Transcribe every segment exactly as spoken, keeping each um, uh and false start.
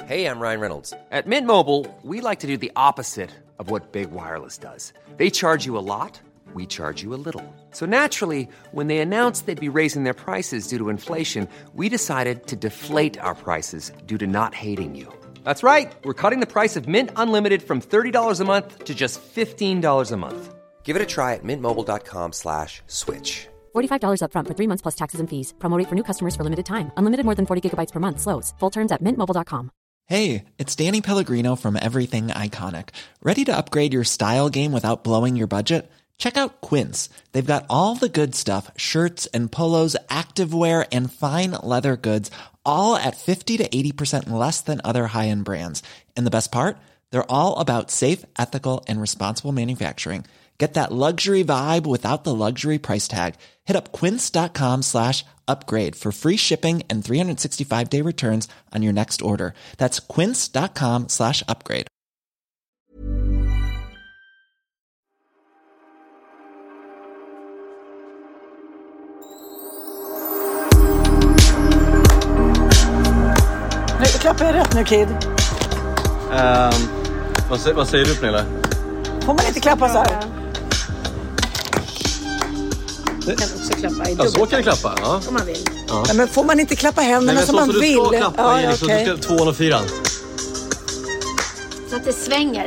Hey, I'm Ryan Reynolds. At Mint Mobile, we like to do the opposite of what Big Wireless does. They charge you a lot, we charge you a little. So naturally, when they announced they'd be raising their prices due to inflation, we decided to deflate our prices due to not hating you. That's right. We're cutting the price of Mint Unlimited from thirty dollars a month to just fifteen dollars a month. Give it a try at mintmobile.com slash switch. forty-five dollars up front for three months plus taxes and fees. Promo rate for new customers for limited time. Unlimited more than forty gigabytes per month. Slows full terms at mint mobile dot com. Hey, it's Danny Pellegrino from Everything Iconic. Ready to upgrade your style game without blowing your budget? Check out Quince. They've got all the good stuff, shirts and polos, activewear, and fine leather goods, all at fifty to eighty percent less than other high-end brands. And the best part? They're all about safe, ethical, and responsible manufacturing. Get that luxury vibe without the luxury price tag. Hit up quince.com slash upgrade for free shipping and three sixty-five day returns on your next order. That's quince.com slash upgrade. Klappar jag rätt nu, Kid? Um, vad, säger, vad säger du, Pernilla? Får man inte klappa så här? Man kan också klappa i ja, så kan du klappa, ja. Om man vill. Ja. Ja, men får man inte klappa händerna Nej, som så, man så vill? Du ska klappa ja, i liksom, okay. du ska tvåan och fyran. Så att det svänger.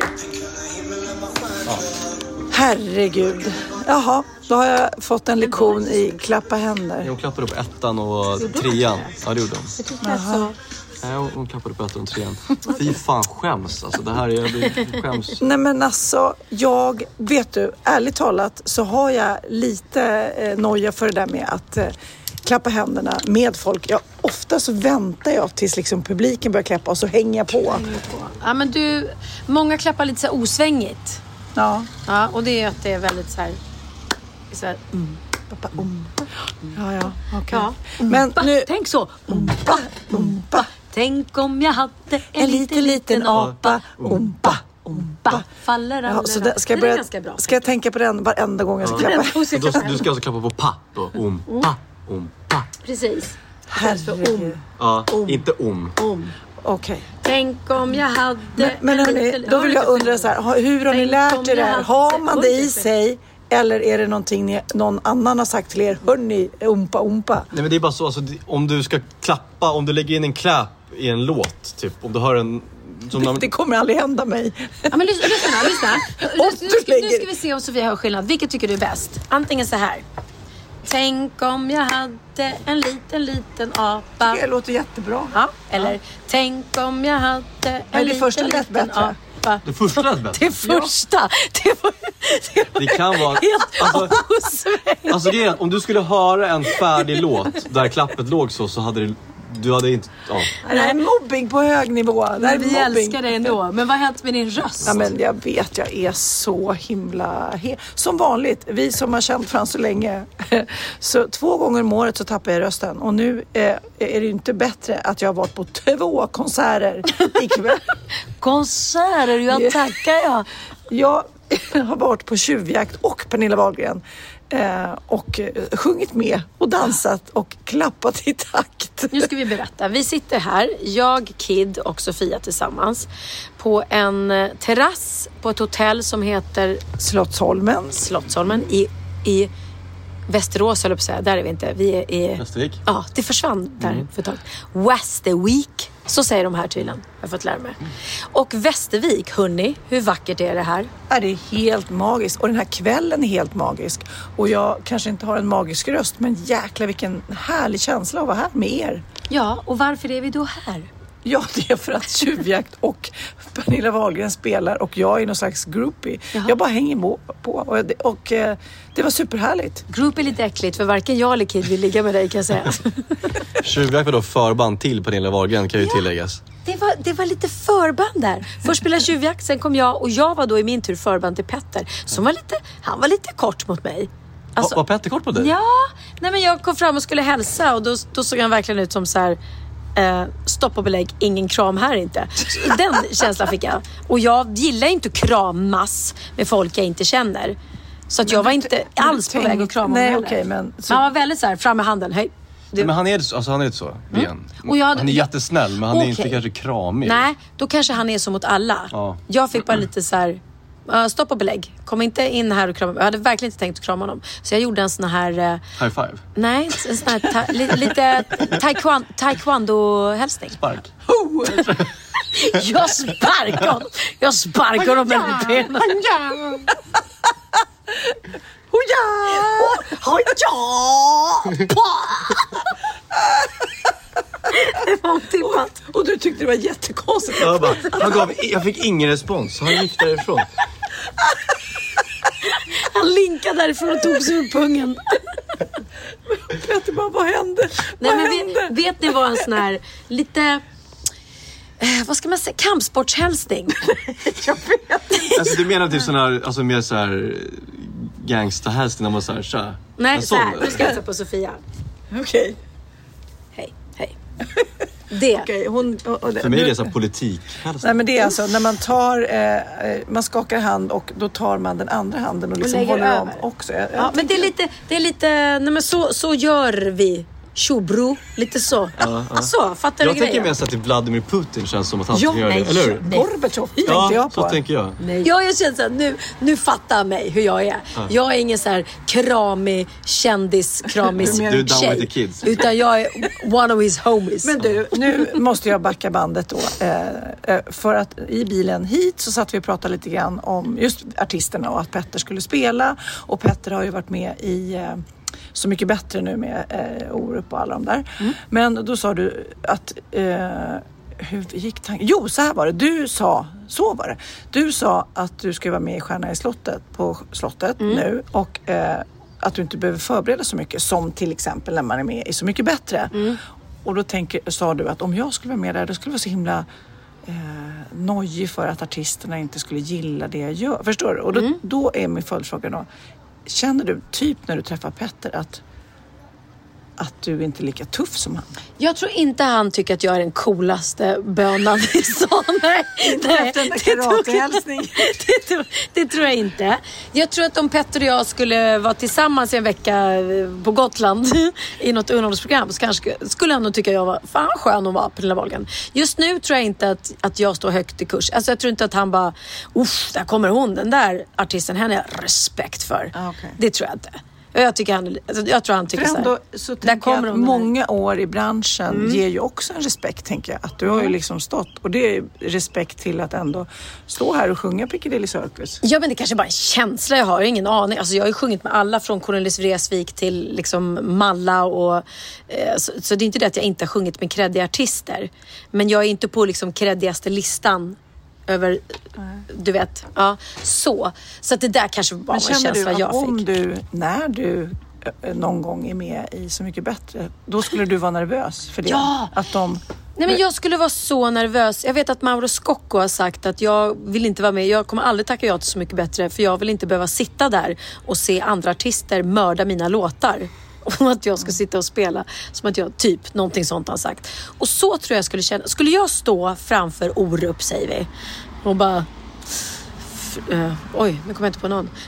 Ja. Herregud. Jaha, då har jag fått en lektion i klappa händer. Hon klappade upp ettan och trean. Ja, det gjorde hon. Jag tycker alltså... Nej, hon klappade upp ettan och trean. Fy fan, skäms. Alltså, det här är... Jag blir skäms. Nej, men alltså, jag... Vet du, ärligt talat så har jag lite eh, noja för det där med att... Eh, klappa händerna med folk. Ja, ofta så väntar jag tills liksom publiken börjar klappa och så hänger jag på. Ja, men du... Många klappar lite så här osvängigt. Ja. Ja, och det är att det är väldigt så här... Så här mm. Pappa, um. Ja, ja, okej. Okay. Ja. Men nu... Tänk så. Umpa, umpa. Tänk om jag hade en, en liten, liten apa. Umpa, umpa. Faller alla. Ja, så det, ska jag börja, ganska bra. Ska jag tänka på den varenda gång jag ska ja. klappa? Du, du ska alltså klappa på papp och om, mm. pa, om, pa. Precis. Herregud. Ja, om. Inte om. Om. Okej. Okay. Tänk om jag hade... Men, men hörni, då vill jag undra så här. Hur har ni lärt er det här? Har man det i sig? Eller är det någonting ni, någon annan har sagt till er? Hörni, umpa, umpa. Nej, men det är bara så. Alltså, om du ska klappa, om du lägger in en klapp i en låt, typ. Om du hör en... Det, när... det kommer aldrig hända mig. Ja, men lyssna, lyssna, lyssna. Nu, nu, ska, nu ska vi se om Sofia har skillnad. Vilket tycker du är bäst? Antingen så här. Tänk om jag hade en liten, liten apa. Det låter jättebra. Ja, eller ja. Tänk om jag hade en men liten, första liten bättre. apa. Det första lät bättre. Det första. Ja. Det, var, det, var det kan vara... Alltså, alltså det är, om du skulle höra en färdig låt där klappet låg så, så hade det... Du hade inte... Ja. Det här är mobbing på hög nivå. Det här vi mobbing. Älskar dig ändå. Men vad har hänt med din röst? Ja, men jag vet, jag är så himla... He- som vanligt, vi som har känt Frans så länge. Så två gånger om året så tappar jag rösten. Och nu eh, är det ju inte bättre att jag har varit på två konserter ikväll. Konserter, jag tackar jag. Jag har varit på Tjuvjakt och Pernilla Wahlgren. Eh, och eh, sjungit med och dansat och klappat i takt. Nu ska vi berätta. Vi sitter här, jag, Kid och Sofia tillsammans på en terrass på ett hotell som heter Slottsholmen. Slottsholmen i, i Västerås, eller på att säga. Där är vi inte. Vi är i... Västervik. Ja, det försvann där mm. för ett tag. Västervik. Så säger de här tydligen. Jag har fått lära mig. Och Västervik, hörni, hur vackert är det här? Ja, det är helt magiskt. Och den här kvällen är helt magisk. Och jag kanske inte har en magisk röst, men jäklar vilken härlig känsla att vara här med er. Ja, och varför är vi då här? Ja, det är för att Tjuvjakt och Pernilla Wahlgren spelar och jag är någon slags groupie. Jaha. Jag bara hänger på och, det, och eh, det var superhärligt. Groupie är lite äckligt för varken jag eller Kid vill ligga med dig, kan jag säga. Tjuvjakt var då förband till Pernilla Wahlgren, kan ju ja, tilläggas. Det var, det var lite förband där. Först spelade Tjuvjakt, sen kom jag och jag var då i min tur förband till Petter. Som var lite, han var lite kort mot mig. Alltså, var, var Petter kort på dig? Ja, nej men jag kom fram och skulle hälsa och då, då såg han verkligen ut som så här... Eh, stopp och belägg, ingen kram här inte. Den känslan fick jag. Och jag gillar inte att kramas med folk jag inte känner. Så att jag var inte alls på väg att krama nej, heller. Okay, men, så... Man var väldigt så här, fram med handen, hej. det... Men han är, alltså, han är inte så igen. Mm. Och jag, han är jättesnäll, men han okay. är inte kanske kramig. Nej, då kanske han är så mot alla. Ja. Jag fick bara lite så här... Uh, stopp och belägg. Kom inte in här och krama. Jag hade verkligen inte tänkt att krama honom. Så jag gjorde en sån här... Uh, High five? Nej, en sån här ta, li, lite taekwondo, taekwondo-hälsning. Spark? Oh. Jag sparkar honom. Jag sparkar honom med benen. Hoja! Hoja! Det var otippat. Och, och du tyckte det var jättekonstigt. Jag, bara, han gav, jag fick ingen respons. Han gick därifrån. Han linkade därifrån och tog sig ur pungen. Petter bara, vad hände? Nej, vad men hände? Vet, vet ni vad en sån här lite... Eh, vad ska man säga? Kampsportshälsning. Jag vet. Alltså du menar typ sån här, alltså mer så här gangsterhälsning när man så här, tja. Nej, så här. Nu ska jag ta på Sofia. Okej. Okay. Hej, hej. Det. Okay, hon, och, och det, för mig är det nu, så politik. Nej, men det är alltså när man tar eh, man skakar hand och då tar man den andra handen och liksom och håller över. Om också. Jag, jag ja, men det är lite det är lite nej men så så gör vi. Tjobro, lite så. Ja, ja. Så, fattar jag du tänker grejen? mer så att Vladimir Putin känns som att han ja, gör nej, det, eller hur? Gorbachev ja, tänkte jag på. så tänker jag. Nej. Ja, jag känner så här, nu, nu fattar mig hur jag är. Ja. Jag är ingen så här kramig, kändis, kramis du är down tjej. with the kids. Utan jag är one of his homies. Men du, nu måste jag backa bandet då. Eh, för att i bilen hit så satt vi och pratade lite grann om just artisterna och att Petter skulle spela. Och Petter har ju varit med i... Eh, Så mycket bättre nu med eh, Orup och alla de där. Mm. Men då sa du att... Eh, hur gick tanken? Jo, så här var det. Du sa... Så var det. Du sa att du ska vara med i Stjärna i slottet på slottet mm. nu. Och eh, att du inte behöver förbereda så mycket. Som till exempel när man är med i Så mycket bättre. Mm. Och då tänker, sa du att om jag skulle vara med där, då skulle det vara så himla... Eh, nojig för att artisterna inte skulle gilla det jag gör. Förstår du? Och då, mm. då är min följdfråga då... Känner du typ när du träffar Petter att, att du inte är lika tuff som han? Jag tror inte han tycker att jag är den coolaste bönan i stan. Nej, nej, det, det, det, det tror jag inte. Jag tror att om Petter och jag skulle vara tillsammans en vecka på Gotland i något underhållsprogram så kanske skulle han nog tycka jag var fan skön att vara på den Wahlgren. Just nu tror jag inte att, att jag står högt i kurs. Alltså jag tror inte att han bara uff, där kommer hon, den där artisten, henne har jag respekt för. Ah, okay. Det tror jag inte. Jag tycker han, alltså jag tror han tycker för ändå, så, så där kommer att många år i branschen mm. ger ju också en respekt, tänker jag. Att du har ju liksom stått, och det är respekt till att ändå stå här och sjunga Piccadilly Circus. Ja, men det kanske bara är en känsla, jag har ingen aning. Alltså jag har ju sjungit med alla från Cornelis Vreeswijk till liksom Malla och eh, så, så det är inte det att jag inte har sjungit med kreddiga artister. Men jag är inte på liksom kreddigaste listan över, mm. du vet, ja, så. Så att det där kanske bara var en känsla jag fick. Om du, när du någon gång är med i Så mycket bättre, då skulle du vara nervös för det? Ja! Att de... Nej, men jag skulle vara så nervös. Jag vet att Mauro Scocco har sagt att jag vill inte vara med. Jag kommer aldrig tacka ja till Så mycket bättre, för jag vill inte behöva sitta där och se andra artister mörda mina låtar. Och att jag ska sitta och spela som att jag typ någonting sånt har sagt. Och så tror jag skulle känna. Skulle jag stå framför Orup, säger vi, och bara uh, oj, nu kommer jag inte på någon.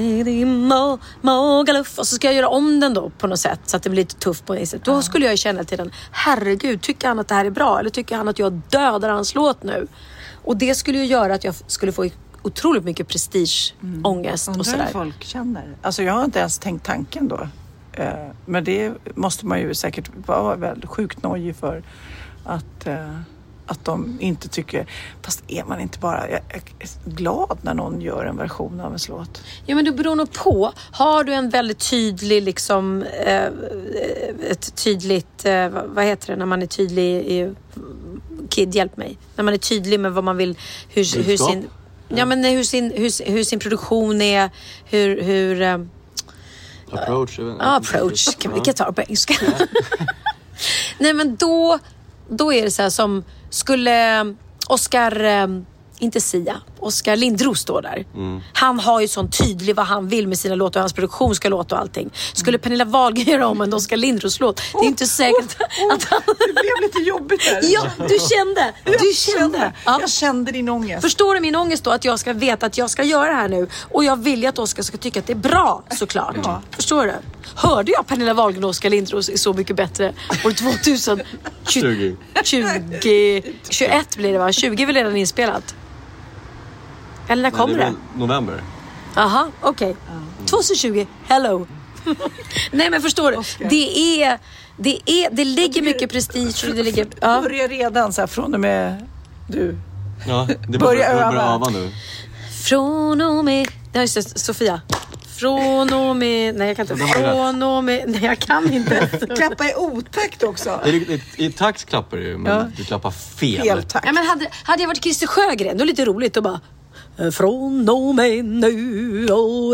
Och så ska jag göra om den då på något sätt så att det blir lite tufft på något sätt. Då skulle jag känna till den, herregud, tycker han att det här är bra? Eller tycker han att jag dödar hans låt nu? Och det skulle ju göra att jag skulle få otroligt mycket prestigeångest mm. och sådär. Folk känner. Alltså jag har inte ens tänkt tanken då. Men det måste man ju säkert vara väldigt sjukt nojig för att, att de inte tycker. Fast är man inte bara jag är glad när någon gör en version av en låt? Ja, men det beror nog på. Har du en väldigt tydlig liksom ett tydligt, vad heter det när man är tydlig i, Kid, hjälp mig. När man är tydlig med vad man vill, hur, hur sin ja, men hur sin, hur, hur sin produktion är, hur hur approach. Uh, approach. Kan vi ta på engelska? Nej, men då då är det så här som skulle Oscar inte Sia, Oskar Lindros står där. Mm. Han har ju sån tydlig vad han vill med sina låtar och hans produktion ska låta och allting. Skulle mm. Pernilla Wahlgren göra om en Oskar Lindros låt, oh, det är inte säkert oh, oh, att han... Det blev lite jobbigt där. Ja, du kände. Du jag kände. kände. Ja. Jag kände din ångest. Förstår du min ångest då? Att jag ska veta att jag ska göra det här nu. Och jag vill ju att Oskar ska tycka att det är bra, såklart. Ja. Förstår du? Hörde jag Pernilla Wahlgren och Oskar Lindros är så mycket bättre år tvåtusen tjugo, tjugo, tjugoett blir det va? tjugo är väl redan inspelat? Eller när kommer det? det? November. Aha, okej. Okay. Mm. tjugohundratjugo, hello. Nej men förstår du? Oscar. Det är... Det, är, det ligger mycket prestige. Det ligger, ja. Börjar redan så här från och med du. Ja, det börjar öva. Börja öva nu. Från och med... Ja, just det, Sofia. Från och med... Nej, jag kan inte. Från och med... Nej, jag kan inte. Klappa i otakt också. I, i, i takt klappar du, men ja. Du klappar fel. Fel takt. Ja, men hade, hade jag varit Christer Sjögren, då är det lite roligt att bara... Från och med nu och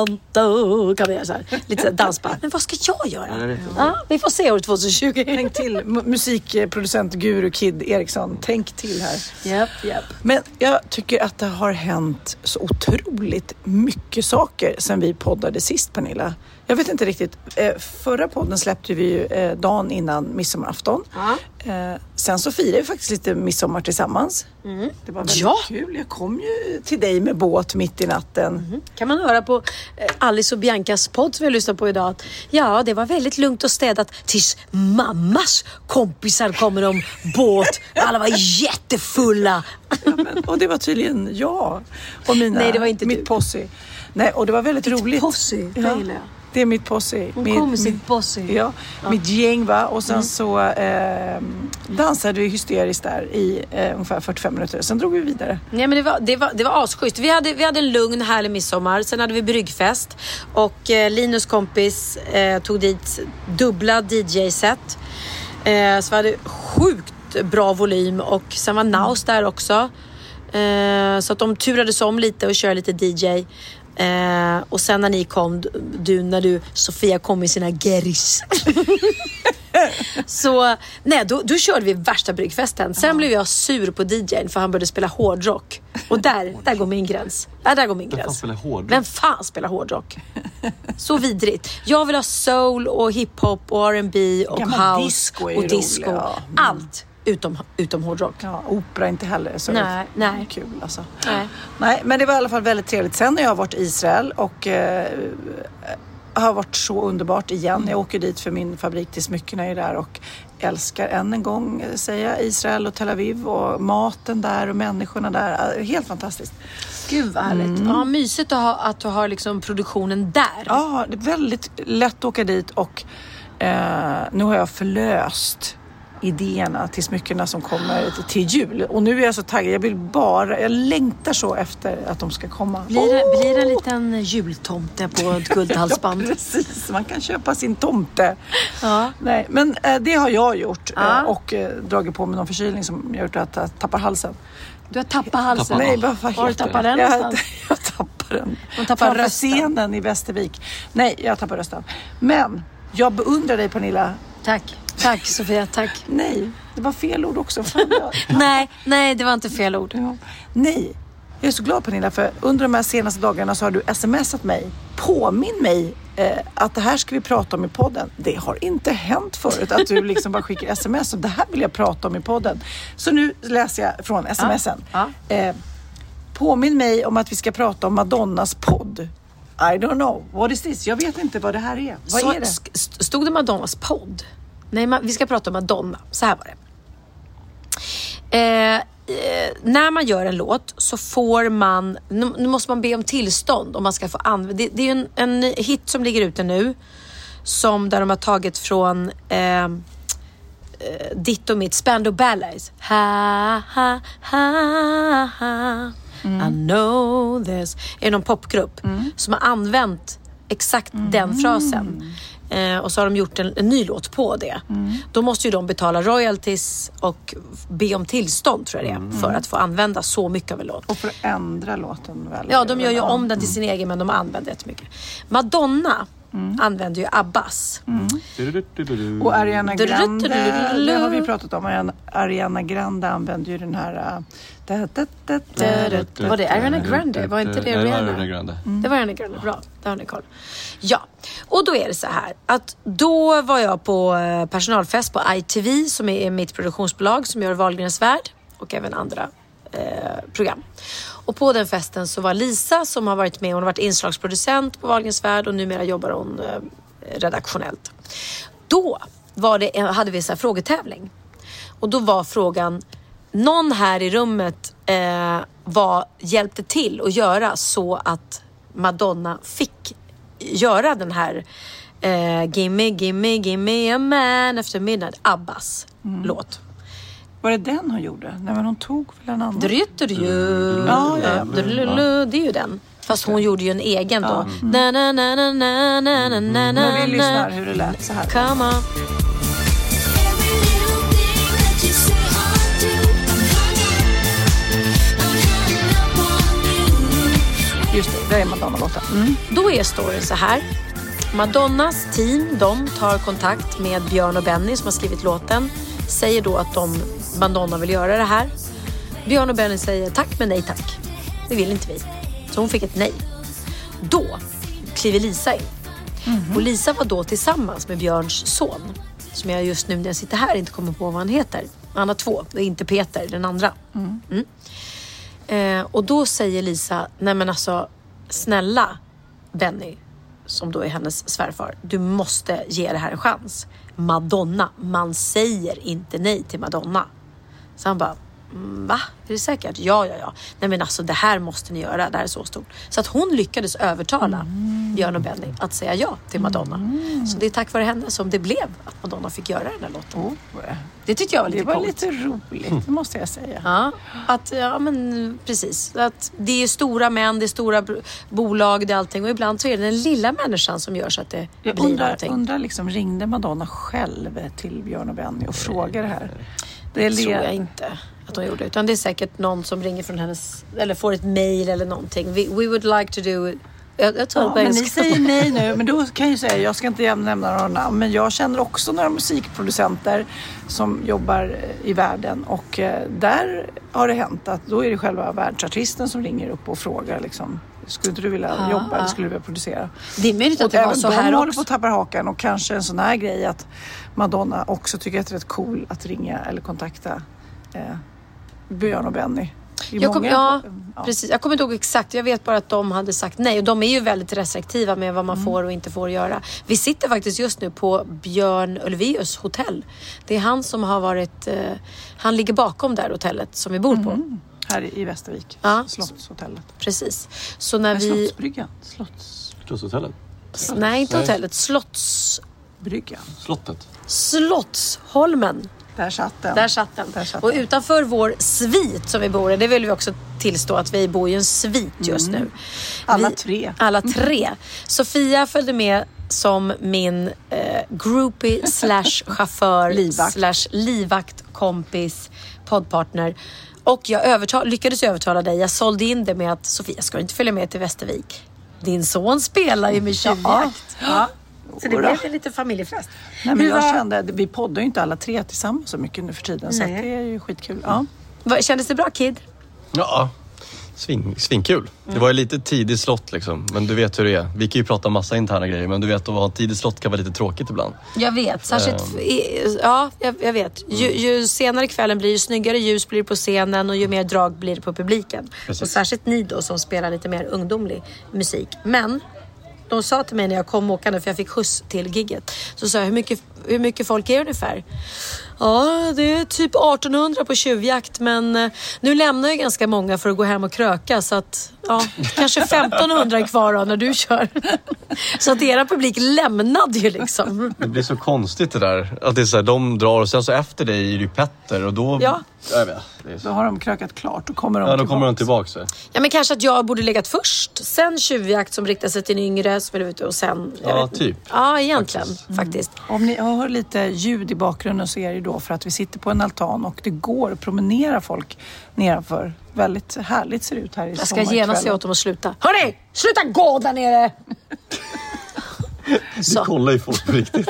du kan vi göra så här. Lite så här dansband. Men vad ska jag göra? Ja, ja, vi får se år tjugohundratjugo. Tänk till, M- musikproducent Guru Kid Eriksson. Tänk till här. Yep, yep. Men jag tycker att det har hänt så otroligt mycket saker sen vi poddade sist, Pernilla. Jag vet inte riktigt. Förra podden släppte vi ju dagen innan midsommarafton. Uh-huh. Sen så firade vi faktiskt lite midsommar tillsammans. Mm. Det var väldigt ja. kul. Jag kom ju till dig med båt mitt i natten. Mm. Kan man höra på Alice och Biancas podd som vi lyssnar på idag. Att, ja, det var väldigt lugnt och städat tills mammas kompisar kommer om båt. Alla var jättefulla. Ja, men, och det var tydligen jag och mina, Nej, det var inte mitt du. posse. Nej, och det var väldigt mitt roligt. Posse, det ja. gillar jag. Det är mitt posse. Hon min, kom med min, sitt posse. Ja, ja, mitt gäng va. Och sen mm. så eh, dansade vi hysteriskt där i eh, ungefär fyrtiofem minuter. Sen drog vi vidare. Nej, men det var, det var, det var asschysst. Vi hade, vi hade en lugn, härlig midsommar. Sen hade vi bryggfest. Och eh, Linus kompis eh, tog dit dubbla D J-set. Eh, så vi hade sjukt bra volym. Och sen var Naus där också. Eh, så att de turades om lite och körde lite D J. Eh, och sen när ni kom, du, när du, Sofia kom i sina geris. Så, nej, då, då körde vi värsta bryggfesten. Sen ja. blev jag sur på D J:n för han började spela hårdrock. Och där, där går min gräns. Ja, där går min gräns. Vem fan spelar hårdrock? Vem fan spelar hårdrock? Så vidrigt. Jag vill ha soul och hiphop och R and B och gammal house disco och disco. Ja. Mm. Allt. Utom, utom hårdrock. Ja, opera inte heller. Så nej, nej. Kul alltså. Nej. nej, men det var i alla fall väldigt trevligt. Sen har jag varit i Israel och eh, har varit så underbart igen. Mm. Jag åker dit för min fabrik till smyckena är där och älskar än en gång säga Israel och Tel Aviv och maten där och människorna där. Helt fantastiskt. Gud vad härligt. Mm. Ja, mysigt att ha, att du har liksom produktionen där. Ja, det är väldigt lätt att åka dit och eh, nu har jag förlöst idéerna till smyckena som kommer till jul. Och nu är jag så taggad. Jag vill bara, jag längtar så efter att de ska komma. Blir det, oh! blir det en liten jultomte på ett guldhalsband? Ja, precis. Man kan köpa sin tomte. Ja. Nej, men äh, det har jag gjort. Ja. Äh, och äh, dragit på med någon förkylning som gör att jag tappar halsen. Du har tappat halsen? Nej, vad har du tappat den jag, någonstans? Jag tappar den. De tappar rösten. Scenen i Västervik. Nej, jag tappar rösten. Men jag beundrar dig, Pernilla. Tack. Tack Sofia, tack. Nej, det var fel ord också. Fan, jag... nej, nej, det var inte fel ord. Ja. Nej, jag är så glad Pernilla för under de här senaste dagarna så har du smsat mig. Påminn mig eh, att det här ska vi prata om i podden. Det har inte hänt förut att du liksom bara skickar sms och det här vill jag prata om i podden. Så nu läser jag från smsen. Ja. Ja. Eh, påminn mig om att vi ska prata om Madonnas podd. I don't know, what is this? Jag vet inte vad det här är. Vad så, är det? Stod det Madonnas podd? Nej, man, vi ska prata om Madonna. Så här var det. Eh, eh, när man gör en låt så får man... Nu, nu måste man be om tillstånd om man ska få använda... Det, det är ju en, en hit som ligger ute nu. Som där de har tagit från... Eh, ditt och mitt Spandau Ballet. Ha, ha, ha, ha. Mm. I know this. Är någon popgrupp mm. som har använt exakt mm. den frasen. Eh, och så har de gjort en, en ny låt på det. Mm. Då måste ju de betala royalties och be om tillstånd tror jag det mm. för att få använda så mycket av en låt. Och för att ändra låten väl? Ja, de gör ju om den till sin egen men de har använt rätt mycket. Madonna mm. använder ju Abbas. Mm. Och Ariana Grande, det har vi pratat om. Ariana Grande använder ju den här... Var det Ariana Grande? Var inte det Ariana Grande? Det var Ariana Grande, bra. Det har ni koll. Ja, och då är det så här att då var jag på personalfest på I T V som är mitt produktionsbolag som gör Wahlgrens värld och även andra eh, program. Och på den festen så var Lisa som har varit med, hon har varit inslagsproducent på Wahlgrens värld och numera jobbar hon eh, redaktionellt. Då var det, hade vi så här frågetävling. Och då var frågan, någon här i rummet eh, var, hjälpte till att göra så att Madonna fick göra den här eh, Gimme, gimme, gimme a man after midnight, Abbas mm. låt. Var det den hon gjorde? Nej, men hon tog väl en annan. Drytter ju. Ja, ja, ja. Det är ju den. Fast hon gjorde ju en egen då. Na na na na na na na na. Men vi lyssnar hur det lät så här. Come on. Just det, det är Madonna-låten. Mm. Då är storyn så här. Madonnas team, de tar kontakt med Björn och Benny som har skrivit låten. Säger då att de, Madonna vill göra det här. Björn och Benny säger tack men nej tack. Det vill inte vi. Så hon fick ett nej. Då kliver Lisa in. Mm-hmm. Och Lisa var då tillsammans med Björns son. Som jag just nu när jag sitter här inte kommer på vad han heter. Han har två, det är inte Peter, den andra. Mm. Mm. Eh, och då säger Lisa, nej men alltså snälla Benny, som då är hennes svärfar, du måste ge det här en chans. Madonna, man säger inte nej till Madonna. Så han bara, va? Är det säkert? Ja, ja, ja. Nej men alltså det här måste ni göra, det här är så stort. Så att hon lyckades övertala mm. Björn och Benny att säga ja till Madonna. Mm. Så det är tack vare henne som det blev att Madonna fick göra den här låten. Oh. Det tyckte jag var lite Det var coolt. Lite roligt, det måste jag säga. Ja, att, ja men precis. Att det är stora män, det är stora bolag, det är allting. Och ibland så är det den lilla människan som gör så att det jag blir undrar, någonting. Jag undrar liksom, ringde Madonna själv till Björn och Benny och frågade det här? Det, det tror jag inte att hon gjorde. Utan det är säkert någon som ringer från hennes, eller får ett mejl eller någonting. We, we would like to do... Jag, jag tror ja, men ni säger nej nu. Men då kan jag ju säga, jag ska inte nämna några namn. Men jag känner också några musikproducenter som jobbar i världen. Och eh, där har det hänt att då är det själva världsartisten som ringer upp och frågar liksom, skulle inte du vilja ja, jobba ja. eller skulle du vilja producera? Det är möjligt att det var så de här håller också. på att tappa hakan och kanske en sån här grej att Madonna också tycker att det är rätt cool att ringa eller kontakta eh, Björn och Benny. Jag, kom, ja, ja. Precis. Jag kommer inte ihåg exakt. Jag vet bara att de hade sagt nej. Och de är ju väldigt restriktiva med vad man mm. får och inte får göra. Vi sitter faktiskt just nu på Björn Ulvaeus hotell. Det är han som har varit... Eh, han ligger bakom det här hotellet som vi bor på. Mm. Här i Västervik. Ja. Slottshotellet. Precis. Så när vi... Slottsbryggan. Slotts... Slottshotellet? S- nej, inte nej. hotellet. Slottsbryggan. Slottet. Slottsholmen. Där satt den. Där satt den. Där satt och den. Utanför vår svit som vi bor i, det vill vi också tillstå att vi bor i en svit just mm. nu. Alla vi, tre. Alla tre. Mm. Sofia följde med som min eh, groupie slash chaufför livvakt. slash livvakt, kompis, poddpartner. Och jag övertal- lyckades övertala dig. Jag sålde in det med att Sofia, ska du inte följa med till Västervik? Din son spelar ju med tjuvjakt. Ja. ja. Så det blev en liten familjefest. Nej, men jag var... kände, vi poddar ju inte alla tre tillsammans så mycket nu för tiden. Nej. Så att det är ju skitkul. Ja. Vad, kändes det bra, Kid? Ja, svin, svinkul. Mm. Det var ju lite tidig slott liksom. Men du vet hur det är. Vi kan ju prata massa interna grejer. Men du vet att ha en tidig slott kan vara lite tråkigt ibland. Jag vet. Särskilt, um. ja, jag, jag vet. Ju, ju senare kvällen blir, ju snyggare ljus blir det på scenen. Och ju mer drag blir det på publiken. Precis. Och särskilt ni då som spelar lite mer ungdomlig musik. Men... De sa till mig när jag kom åkande, för jag fick skjuts till gigget. Så sa jag, hur mycket, hur mycket folk är det ungefär? Ja, det är typ artonhundra på tjuvjakt. Men eh, nu lämnar ju ganska många för att gå hem och kröka. Så att, ja, kanske femtonhundra är kvar då när du kör. Så att era publik lämnade ju liksom. Det blir så konstigt det där. Att det är så här, de drar och sen så efter dig är det ju Petter. Och då... Ja. Jag vet, det är så. Då har de krökat klart och kommer de ja, då tillbaka. kommer de tillbaka. Så. Ja, men kanske att jag borde legat först. Sen tjuvjakt som riktar sig till en yngre. Och sen, ja, typ. Ja, egentligen faktiskt. faktiskt. Mm. Om ni hör lite ljud i bakgrunden så är det då för att vi sitter på en altan och det går att promenera folk nedanför. Väldigt härligt ser det ut här i Jag ska genast säga åt dem att sluta. Hörrni, sluta gå där nere! Så. Kolla ju folk på riktigt.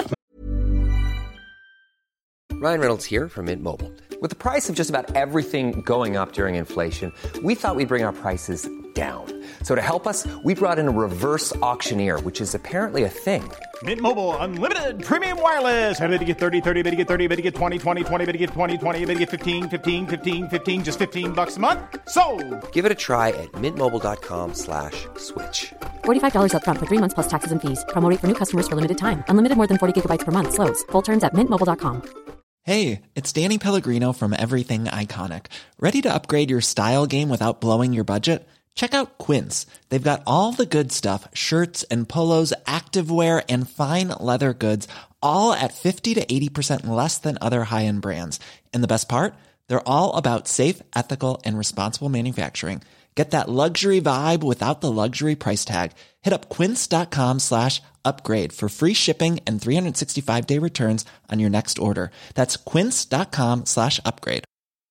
Ryan Reynolds here from Mint Mobile. With the price of just about everything going up during inflation, we thought we'd bring our prices down. So to help us, we brought in a reverse auctioneer, which is apparently a thing. Mint Mobile Unlimited Premium Wireless. How to get thirty, thirty, how to get thirty, how to get twenty, twenty, twenty, how to get twenty, twenty, how to get fifteen, fifteen, fifteen, fifteen, just fifteen bucks a month? Sold! Give it a try at mintmobile.com slash switch. forty-five dollars up front for three months plus taxes and fees. Promo rate for new customers for limited time. Unlimited more than forty gigabytes per month. Slows full terms at mint mobile dot com. Hey, it's Danny Pellegrino from Everything Iconic. Ready to upgrade your style game without blowing your budget? Check out Quince. They've got all the good stuff, shirts and polos, activewear, and fine leather goods, all at fifty to eighty percent less than other high-end brands. And the best part? They're all about safe, ethical, and responsible manufacturing. Get that luxury vibe without the luxury price tag. Hit up quince.com slash upgrade for free shipping and three sixty-five day returns on your next order. That's quince.com slash upgrade.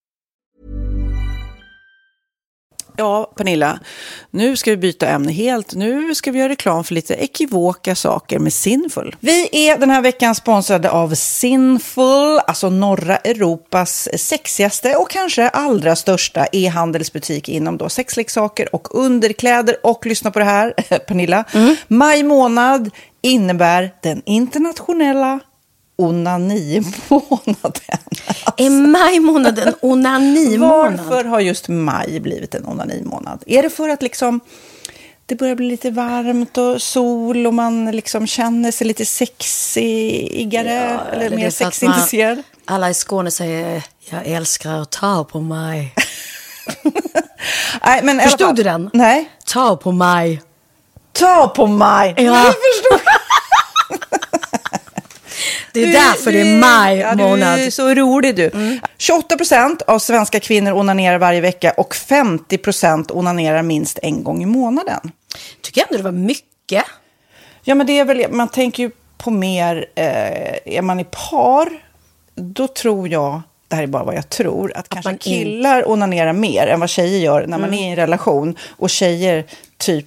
Ja, Pernilla, nu ska vi byta ämne helt. Nu ska vi göra reklam för lite ekivoka saker med Sinful. Vi är den här veckan sponsrade av Sinful, alltså norra Europas sexigaste och kanske allra största e-handelsbutik inom då sexleksaker och underkläder. Och lyssna på det här, Pernilla. Mm. Maj månad innebär den internationella onani-månaden. Är maj månad en onani-månad? Varför har just maj blivit en onani-månad? Är det för att liksom det börjar bli lite varmt och sol och man liksom känner sig lite sexigare ja, eller, eller mer sexintresserad? Alla i Skåne säger jag älskar att ta på mig. Nej, men förstod du den? Nej. Ta på mig. Ta på mig. Ja. Jag förstod. Det är du, därför det är maj ja, månad. Du är så rolig du. Mm. tjugoåtta procent av svenska kvinnor onanerar varje vecka och femtio procent onanerar minst en gång i månaden. Tycker jag ändå det var mycket. Ja, men det är väl, man tänker ju på mer, eh, är man i par, då tror jag, det här är bara vad jag tror, att, att kanske killar in... onanerar mer än vad tjejer gör när man mm. är i en relation. Och tjejer typ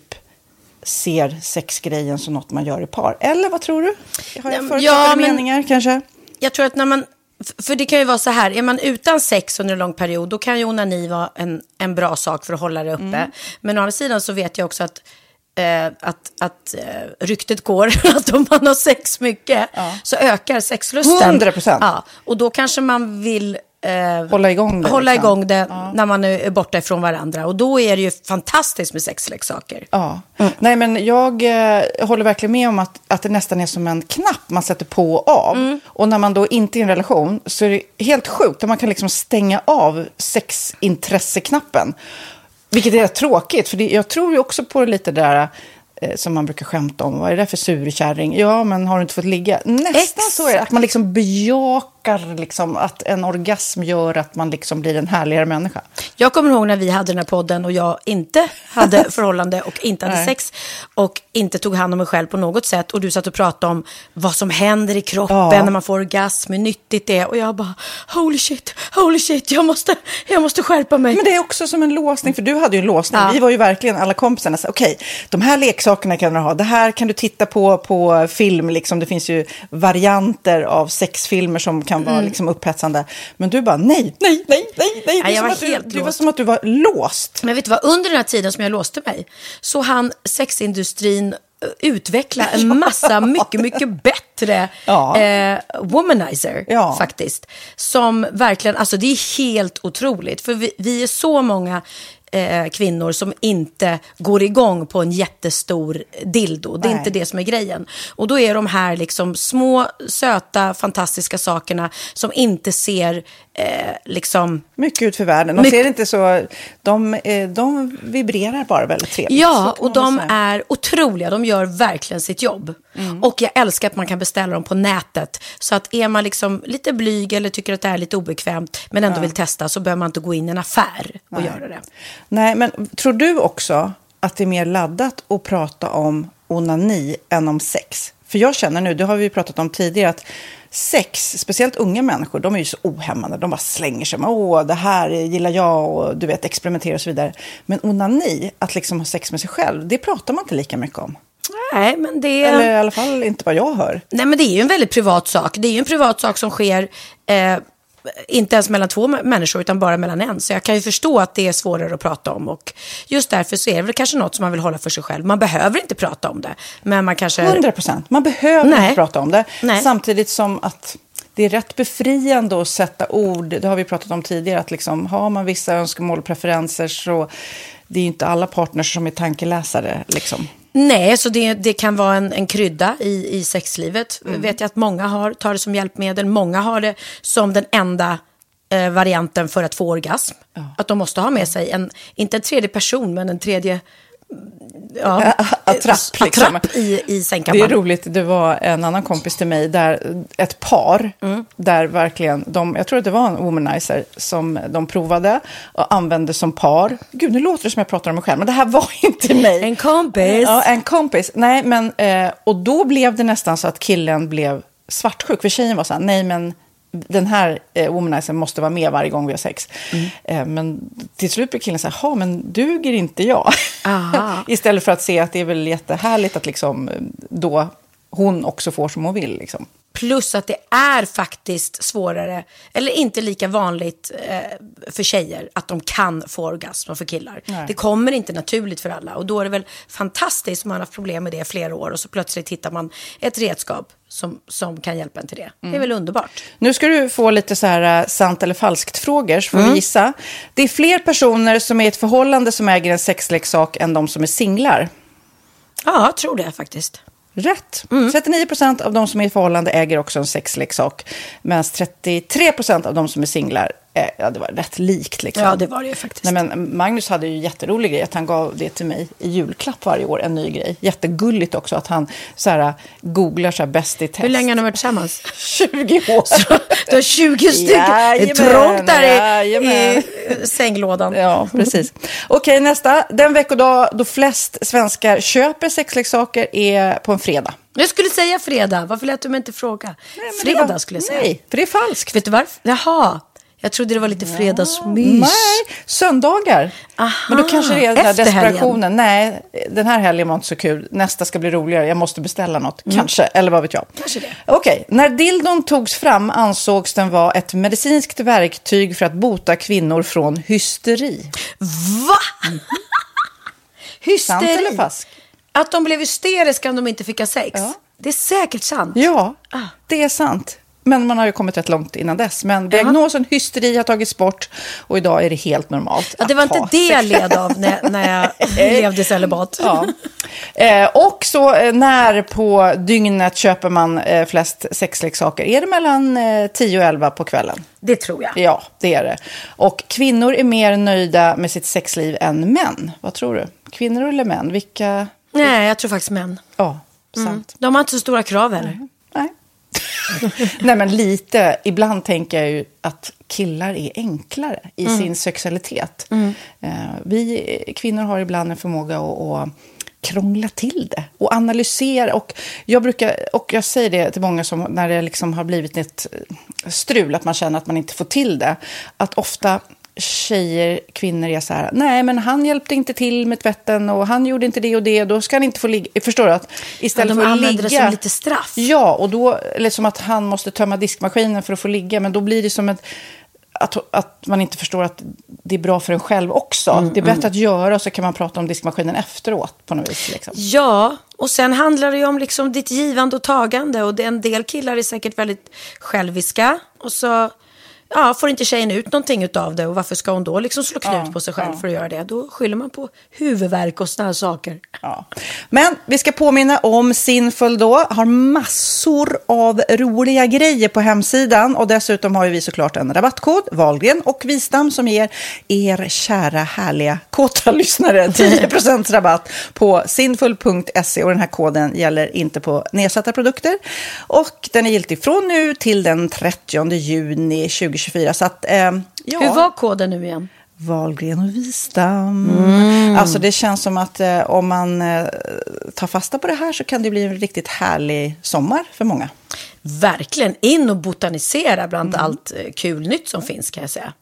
ser sexgrejen som något man gör i par. Eller vad tror du? Har jag förutsatta ja, meningar kanske? Jag tror att när man, för det kan ju vara så här, är man utan sex under en lång period, då kan ju onani vara en, en bra sak för att hålla det uppe. Mm. Men å andra sidan så vet jag också att Eh, att, att eh, ryktet går att om man har sex mycket ja. så ökar sexlusten. hundra procent. Ja, och då kanske man vill eh, hålla igång det, hålla liksom. igång det ja. när man är borta ifrån varandra. Och då är det ju fantastiskt med sexleksaker. Ja. Mm. Nej, men jag eh, håller verkligen med om att, att det nästan är som en knapp man sätter på och av. Mm. Och när man då inte är i en relation så är det helt sjukt att man kan liksom stänga av sexintresseknappen. Vilket är tråkigt, för det, jag tror ju också på lite där eh, som man brukar skämta om. Vad är det för surkärring? Ja, men har du inte fått ligga? Nästan Exakt. Så är det. Att man liksom bejakar liksom, att en orgasm gör att man liksom blir en härligare människa. Jag kommer ihåg när vi hade den här podden och jag inte hade förhållande och inte hade sex och inte tog hand om mig själv på något sätt. Och du satt och pratade om vad som händer i kroppen ja. när man får orgasm, hur nyttigt det är. Och jag bara, holy shit, holy shit, jag måste, jag måste skärpa mig. Men det är också som en låsning, för du hade ju en låsning. Ja. Vi var ju verkligen alla kompisarna. Okej, okay, de här leksakerna kan du ha. Det här kan du titta på på film. Liksom. Det finns ju varianter av sexfilmer som kan vara mm. liksom upphetsande. Men du bara, nej, nej, nej, nej, nej. Det, jag var att helt du, det var som att du var låst. Men vet du vad, under den här tiden som jag låste mig så hann sexindustrin utveckla en massa mycket, mycket bättre ja. eh, womanizer ja. faktiskt. Som verkligen, alltså det är helt otroligt. För vi, vi är så många eh, kvinnor som inte går igång på en jättestor dildo. Det är Nej. inte det som är grejen. Och då är de här liksom små, söta, fantastiska sakerna som inte ser eh, liksom... mycket ut för världen. De mycket... ser inte så... De, eh, de vibrerar bara väldigt trevligt. Ja, och de är otroliga. De gör verkligen sitt jobb. Mm. Och jag älskar att man kan beställa dem på nätet. Så att är man liksom lite blyg eller tycker att det är lite obekvämt men ändå ja. vill testa, så behöver man inte gå in i en affär och Nej. göra det. Nej, men tror du också att det är mer laddat att prata om onani än om sex? För jag känner nu, det har vi pratat om tidigare, att sex, speciellt unga människor, de är ju så ohämmande. De bara slänger sig med, åh, det här gillar jag och du vet, experimentera och så vidare. Men onani, att liksom ha sex med sig själv, det pratar man inte lika mycket om. Nej, men det... Eller i alla fall inte vad jag hör. Nej, men det är ju en väldigt privat sak. Det är ju en privat sak som sker eh, inte ens mellan två människor utan bara mellan en. Så jag kan ju förstå att det är svårare att prata om. Och just därför så är det väl kanske något som man vill hålla för sig själv. Man behöver inte prata om det. Men man kanske... hundra procent. Man behöver Nej. inte prata om det. Nej. Samtidigt som att... Det är rätt befriande att sätta ord, det har vi pratat om tidigare, att liksom, har man vissa önskemål och preferenser så det är ju inte alla partners som är tankeläsare. Liksom. Nej, så det, det kan vara en, en krydda i, i sexlivet. Mm. Vet jag att många har, tar det som hjälpmedel, många har det som den enda eh, varianten för att få orgasm. Ja. Att de måste ha med sig, en, inte en tredje person, men en tredje... Ja, attrapp, liksom. attrapp i, i sängkammaren. Det är roligt, det var en annan kompis till mig där ett par mm. där verkligen, de, jag tror att det var en womanizer som de provade och använde som par. Gud, nu låter det som jag pratar om mig själv, men det här var inte mig. En kompis. Ja, en kompis. Nej, men, eh, och då blev det nästan så att killen blev svartsjuk, för tjejen var så här, nej men den här eh, womanizern måste vara med varje gång vi har sex. Mm. Eh, men till slut blir killen så här, ja men duger inte jag? Istället för att se att det är väl jättehärligt att liksom då hon också får som hon vill liksom. Plus att det är faktiskt svårare, eller inte lika vanligt eh, för tjejer att de kan få orgasm för killar. Nej. Det kommer inte naturligt för alla. Och då är det väl fantastiskt om man har haft problem med det i flera år och så plötsligt hittar man ett redskap som, som kan hjälpa en till det. Mm. Det är väl underbart. Nu ska du få lite så här sant eller falskt frågor så får mm. vi gissa. Det är fler personer som är i ett förhållande som äger en sexleksak än de som är singlar. Ja, jag tror det faktiskt. Rätt. Mm. trettionio procent av de som är i förhållande äger också en sexleksak. Medan trettiotre procent av de som är singlar, äh, ja det var rätt likt liksom. Ja, det var det ju faktiskt. Nej, men Magnus hade ju jätterolig grej att han gav det till mig i julklapp varje år, en ny grej. Jättegulligt också att han så här, googlar så här bäst i test. Hur länge har ni varit tillsammans? tjugo år. Så, du har tjugo stycken. Ja, det är trångt där i, i sänglådan. Ja, precis. Okej, nästa. Den veckodag då flest svenskar köper sexleksaker är på en fredag. Jag skulle säga fredag. Varför lät du mig inte fråga? Nej, fredag var... skulle jag säga. Nej, för det är falskt. Vet du varför? Jaha. Jag trodde det var lite fredagsmys. Ja, nej, söndagar. Aha, men då kanske det är den här desperationen. Helgen. Nej, den här helgen var inte så kul. Nästa ska bli roligare. Jag måste beställa något. Mm. Kanske, eller vad vet jag. Kanske det. Okej, när dildon togs fram ansågs den vara ett medicinskt verktyg för att bota kvinnor från hysteri. Va? Mm. Hysteri? Sant eller falskt? Att de blev hysteriska om de inte fick ha sex. Ja. Det är säkert sant. Ja, ah. det är sant. Men man har ju kommit rätt långt innan dess. Men diagnosen hysteri har tagits bort och idag är det helt normalt. Ja, det var inte det jag led av när, när jag levde celibat. Ja. Eh, och så eh, när på dygnet köper man eh, flest sexleksaker? Är det mellan eh, tio och elva på kvällen? Det tror jag. Ja, det är det. Och kvinnor är mer nöjda med sitt sexliv än män. Vad tror du? Kvinnor eller män? Vilka... Nej, jag tror faktiskt män. Ja, sant. Mm. De har inte så stora krav heller. Mm. Nej. Nej, men lite. Ibland tänker jag ju att killar är enklare i mm. sin sexualitet. Mm. Uh, vi kvinnor har ibland en förmåga att, att krångla till det och analysera. Och jag brukar, och jag säger det till många som när det liksom har blivit ett strul, att man känner att man inte får till det. Att ofta tjejer, kvinnor är så här, nej men han hjälpte inte till med tvätten och han gjorde inte det och det, då ska han inte få ligga. Förstår du? Att istället ja, de för att ligga. använder det som lite straff. Ja, och då, eller som att han måste tömma diskmaskinen för att få ligga, men då blir det som ett, att, att man inte förstår att det är bra för en själv också. Mm, det är bättre mm. att göra, och så kan man prata om diskmaskinen efteråt på något vis. Liksom. Ja, och sen handlar det ju om liksom ditt givande och tagande, och en del killar är säkert väldigt själviska, och så ja, får inte tjejen ut någonting utav det, och varför ska hon då liksom slå knut ja, på sig själv ja. för att göra det? Då skyller man på huvudvärk och sådana saker. Ja. Men vi ska påminna om Sinful då. Har massor av roliga grejer på hemsidan, och dessutom har ju vi såklart en rabattkod, Wahlgren och Wistam, som ger er kära härliga kåta lyssnare tio procent rabatt på sinful punkt se, och den här koden gäller inte på nedsatta produkter, och den är giltig från nu till den trettionde juni tjugohundratjugofyra. Så att, eh, ja. Hur var koden nu igen? Wahlgren och Wistam. Mm. Alltså det känns som att eh, om man eh, tar fasta på det här så kan det bli en riktigt härlig sommar för många. Verkligen, in och botanisera bland mm. allt eh, kul nytt som finns, kan jag säga.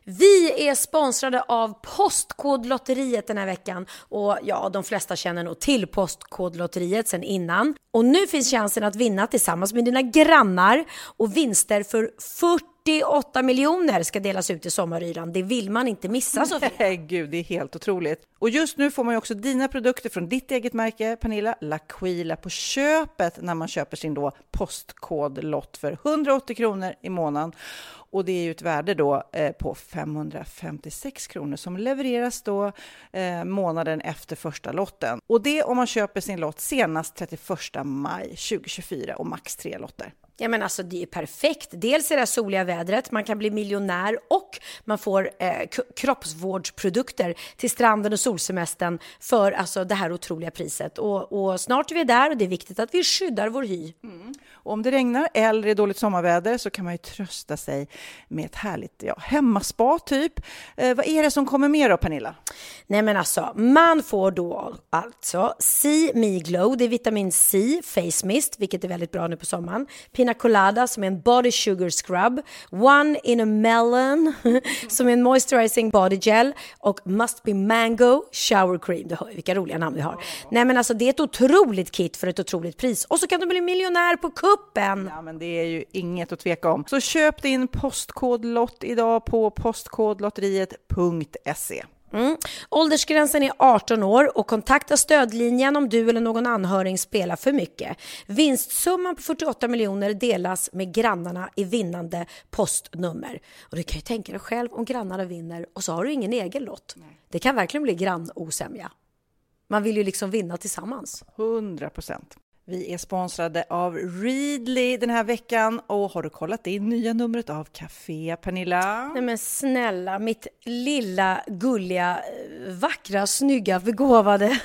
Vi är sponsrade av Postkodlotteriet den här veckan. Och ja, de flesta känner nog till Postkodlotteriet sedan innan. Och nu finns chansen att vinna tillsammans med dina grannar. Och vinster för fyrtioåtta miljoner ska delas ut i sommaryran. Det vill man inte missa, Sofia. Gud, det är helt otroligt. Och just nu får man ju också dina produkter från ditt eget märke, Pernilla, L'Aquila, på köpet när man köper sin då postkodlott för hundraåttio kronor i månaden. Och det är ju ett värde då eh, på femhundrafemtiosex kronor som levereras då eh, månaden efter första lotten. Och det om man köper sin lott senast trettioförsta maj tjugohundratjugofyra och max tre lotter. Ja, men alltså det är perfekt. Dels är det soliga vädret, man kan bli miljonär och man får eh, k- kroppsvårdsprodukter till stranden och solsemestern för alltså det här otroliga priset. Och, och snart är vi där och det är viktigt att vi skyddar vår hy. Mm. Och om det regnar eller är dåligt sommarväder så kan man ju trösta sig med ett härligt ja, hemmaspa typ. Eh, vad är det som kommer med då, Pernilla? Nej men alltså, man får då alltså See Me Glow, det är vitamin C, face mist, vilket är väldigt bra nu på sommaren. Pina Colada som är en body sugar scrub, One in a Melon som är en moisturizing body gel och Must Be Mango shower cream. Du hör vilka roliga namn vi har. Nej men alltså det är ett otroligt kit för ett otroligt pris och så kan du bli miljonär på kuppen. Ja men det är ju inget att tveka om. Så köp din postkodlott idag på postkodlotteriet punkt se. Mm. Åldersgränsen är arton år och kontakta stödlinjen om du eller någon anhörig spelar för mycket. Vinstsumman på fyrtioåtta miljoner delas med grannarna i vinnande postnummer. Och du kan ju tänka dig själv om grannarna vinner och så har du ingen egen lott. Nej. Det kan verkligen bli grannosämja. Man vill ju liksom vinna tillsammans. hundra procent. Vi är sponsrade av Readly den här veckan och har du kollat in nya numret av Café, Pernilla? Nej men snälla, mitt lilla, gulliga, vackra, snygga, begåvade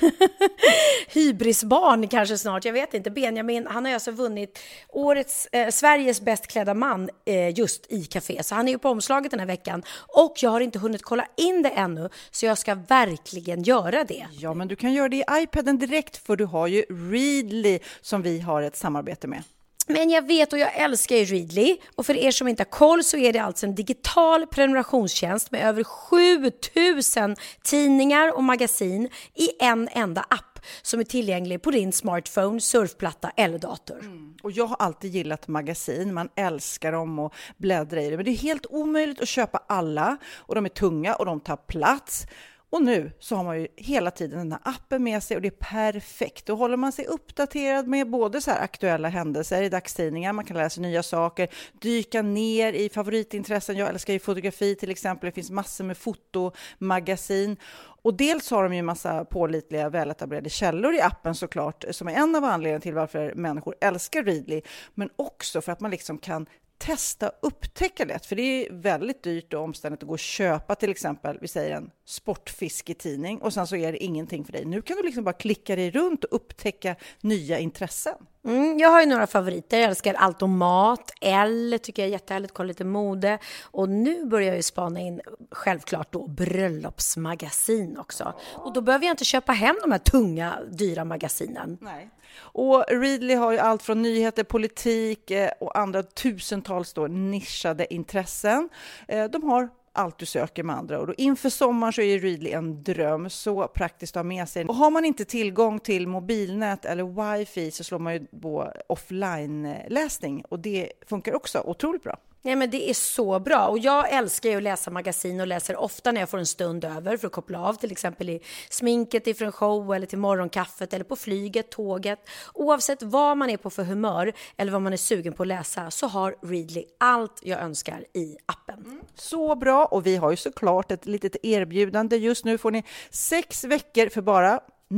hybrisbarn kanske snart, jag vet inte. Benjamin, han har alltså vunnit årets, eh, Sveriges bäst klädda man eh, just i Café. Så han är ju på omslaget den här veckan och jag har inte hunnit kolla in det ännu så jag ska verkligen göra det. Ja men du kan göra det i iPaden direkt för du har ju Readly som vi har ett samarbete med. Men jag vet och jag älskar ju Readly och för er som inte har koll så är det alltså en digital prenumerationstjänst med över sjutusen tidningar och magasin i en enda app som är tillgänglig på din smartphone, surfplatta eller dator. Mm. Och jag har alltid gillat magasin, man älskar dem och bläddra i det men det är helt omöjligt att köpa alla och de är tunga och de tar plats. Och nu så har man ju hela tiden den här appen med sig och det är perfekt. Då håller man sig uppdaterad med både så här aktuella händelser i dagstidningar. Man kan lära sig nya saker, dyka ner i favoritintressen. Jag älskar ju fotografi till exempel. Det finns massor med fotomagasin. Och dels har de ju massa pålitliga, väletablerade källor i appen såklart. Som är en av anledningarna till varför människor älskar Readly. Men också för att man liksom kan testa upptäcka lätt, för det är väldigt dyrt och omständigt att gå och köpa till exempel, vi säger en sportfisketidning och sen så är det ingenting för dig. Nu kan du liksom bara klicka dig runt och upptäcka nya intressen. Mm, jag har ju några favoriter. Jag älskar allt om mat. Elle tycker jag är jättehärligt. Kolla lite mode. Och nu börjar jag ju spana in självklart då bröllopsmagasin också. Och då behöver jag inte köpa hem de här tunga, dyra magasinen. Nej. Och Readly har ju allt från nyheter, politik och andra tusentals då nischade intressen. De har allt du söker med andra. Och inför sommaren så är Readly en dröm, så praktiskt att ha med sig. Och har man inte tillgång till mobilnät eller wifi så slår man ju på offline-läsning. Och det funkar också otroligt bra. Nej, men det är så bra och jag älskar ju att läsa magasin och läser ofta när jag får en stund över för att koppla av, till exempel i sminket ifrån show eller till morgonkaffet eller på flyget, tåget. Oavsett vad man är på för humör eller vad man är sugen på att läsa så har Readly allt jag önskar i appen. Mm. Så bra, och vi har ju såklart ett litet erbjudande. Just nu får ni sex veckor för bara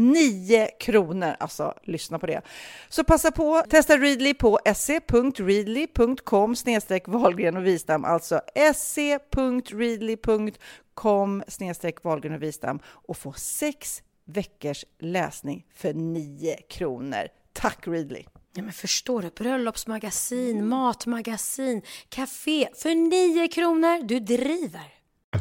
nio kronor, alltså lyssna på det. Så passa på, testa Readly på se punkt readly punkt com snedstreck Wahlgren och Wistam, alltså se punkt readly punkt com snedstreck Wahlgren och Wistam och få sex veckors läsning för nio kronor. Tack Readly! Ja, men förstår du, bröllopsmagasin, matmagasin, café för nio kronor, du driver.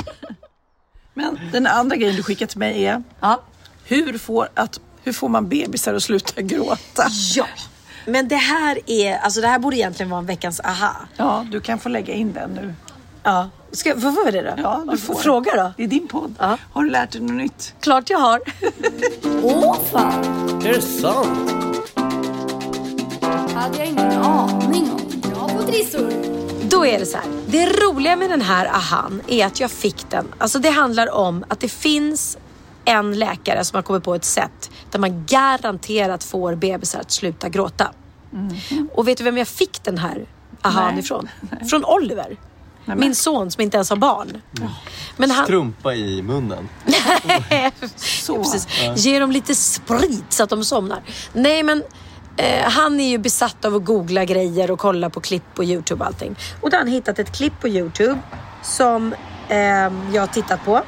Men den andra grejen du skickat till mig är ja. Hur får, att, hur får man bebisar att sluta gråta? Ja, men det här är, alltså det här borde egentligen vara en veckans aha. Ja, du kan få lägga in den nu. Ja, Ska, vad var det då? Ja, du får. Fråga då. Det är din podd. Ja. Har du lärt dig något nytt? Klart jag har. Åh fan, Är det sant? hade jag ingen aning om. Bra på trissor. Då är det så här. Det roliga med den här ahan är att jag fick den. Alltså det handlar om att det finns en läkare som har kommit på ett sätt där man garanterat får bebisar att sluta gråta. Mm. Och vet du vem jag fick den här ahan ifrån? Nej. Från Oliver. Nej, min son som inte ens har barn. Mm. Men han... Strumpa i munnen. så. Precis. Ja. Ge dem lite sprit så att de somnar. Nej men eh, han är ju besatt av att googla grejer och kolla på klipp på YouTube och allting. Och då har han hittat ett klipp på YouTube som eh, jag har tittat på.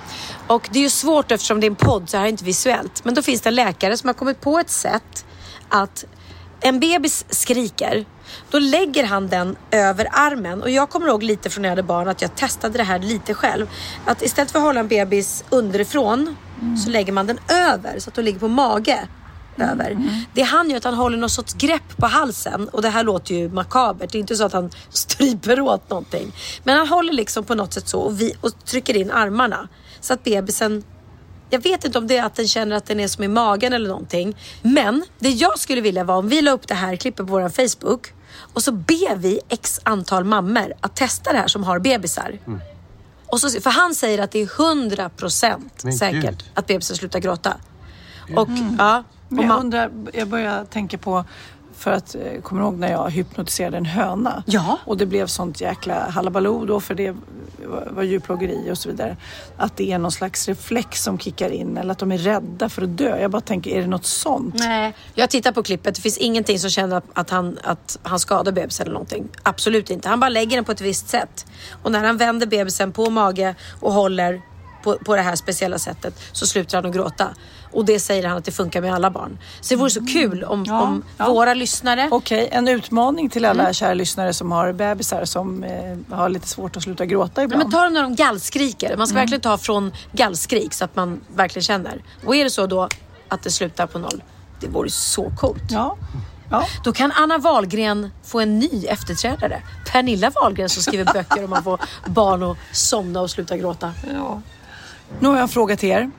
Och det är ju svårt eftersom det är en podd så här är inte visuellt. Men då finns det en läkare som har kommit på ett sätt att en bebis skriker. Då lägger han den över armen. Och jag kommer ihåg lite från när jag hade barn att jag testade det här lite själv. Att istället för att hålla en bebis underifrån mm. så lägger man den över så att den ligger på mage. Över. Mm. Det han gör att han håller något sorts grepp på halsen. Och det här låter ju makabert. Det är inte så att han stryper åt någonting. Men han håller liksom på något sätt så och, vi, och trycker in armarna. Så att bebisen... Jag vet inte om det är att den känner att den är som i magen eller någonting. Men det jag skulle vilja var om vi la upp det här klippet på vår Facebook. Och så ber vi x antal mammor att testa det här som har bebisar. Mm. Och så, för han säger att det är hundra procent säkert Gud. Att bebisar slutar gråta. Och mm. ja... Men jag undrar, jag börjar tänka på, för att, kommer ihåg när jag hypnotiserade en höna. Ja. Och det blev sånt jäkla halabaloo då, för det var, var djurplågeri och så vidare. Att det är någon slags reflex som kickar in, eller att de är rädda för att dö. Jag bara tänker, är det något sånt? Nej, jag tittar på klippet. Det finns ingenting som känner att han, att han skadar bebis eller någonting. Absolut inte. Han bara lägger den på ett visst sätt. Och när han vänder bebisen på mage och håller på, på det här speciella sättet så slutar han att gråta. Och det säger han att det funkar med alla barn. Så det vore så kul om, ja, om ja. våra lyssnare... Okej, en utmaning till alla mm. kära lyssnare som har bebisar som eh, har lite svårt att sluta gråta ibland. Men ta dem när de gallskriker. Man ska mm. verkligen ta från gallskrik så att man verkligen känner. Och är det så då att det slutar på noll, det vore så coolt. Ja. Ja. Då kan Anna Wahlgren få en ny efterträdare. Pernilla Wahlgren som skriver böcker om att få barn att somna och sluta gråta. Ja. Nu har jag en fråga till er.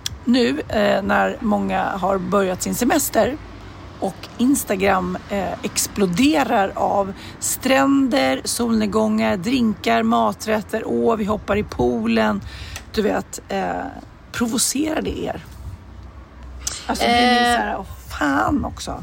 Nu eh, när många har börjat sin semester och Instagram eh, exploderar av stränder, solnedgångar, drinkar, maträtter. Åh, vi hoppar i poolen. Du vet, eh, provocerar det er? Alltså, blir ni så här, åh fan också.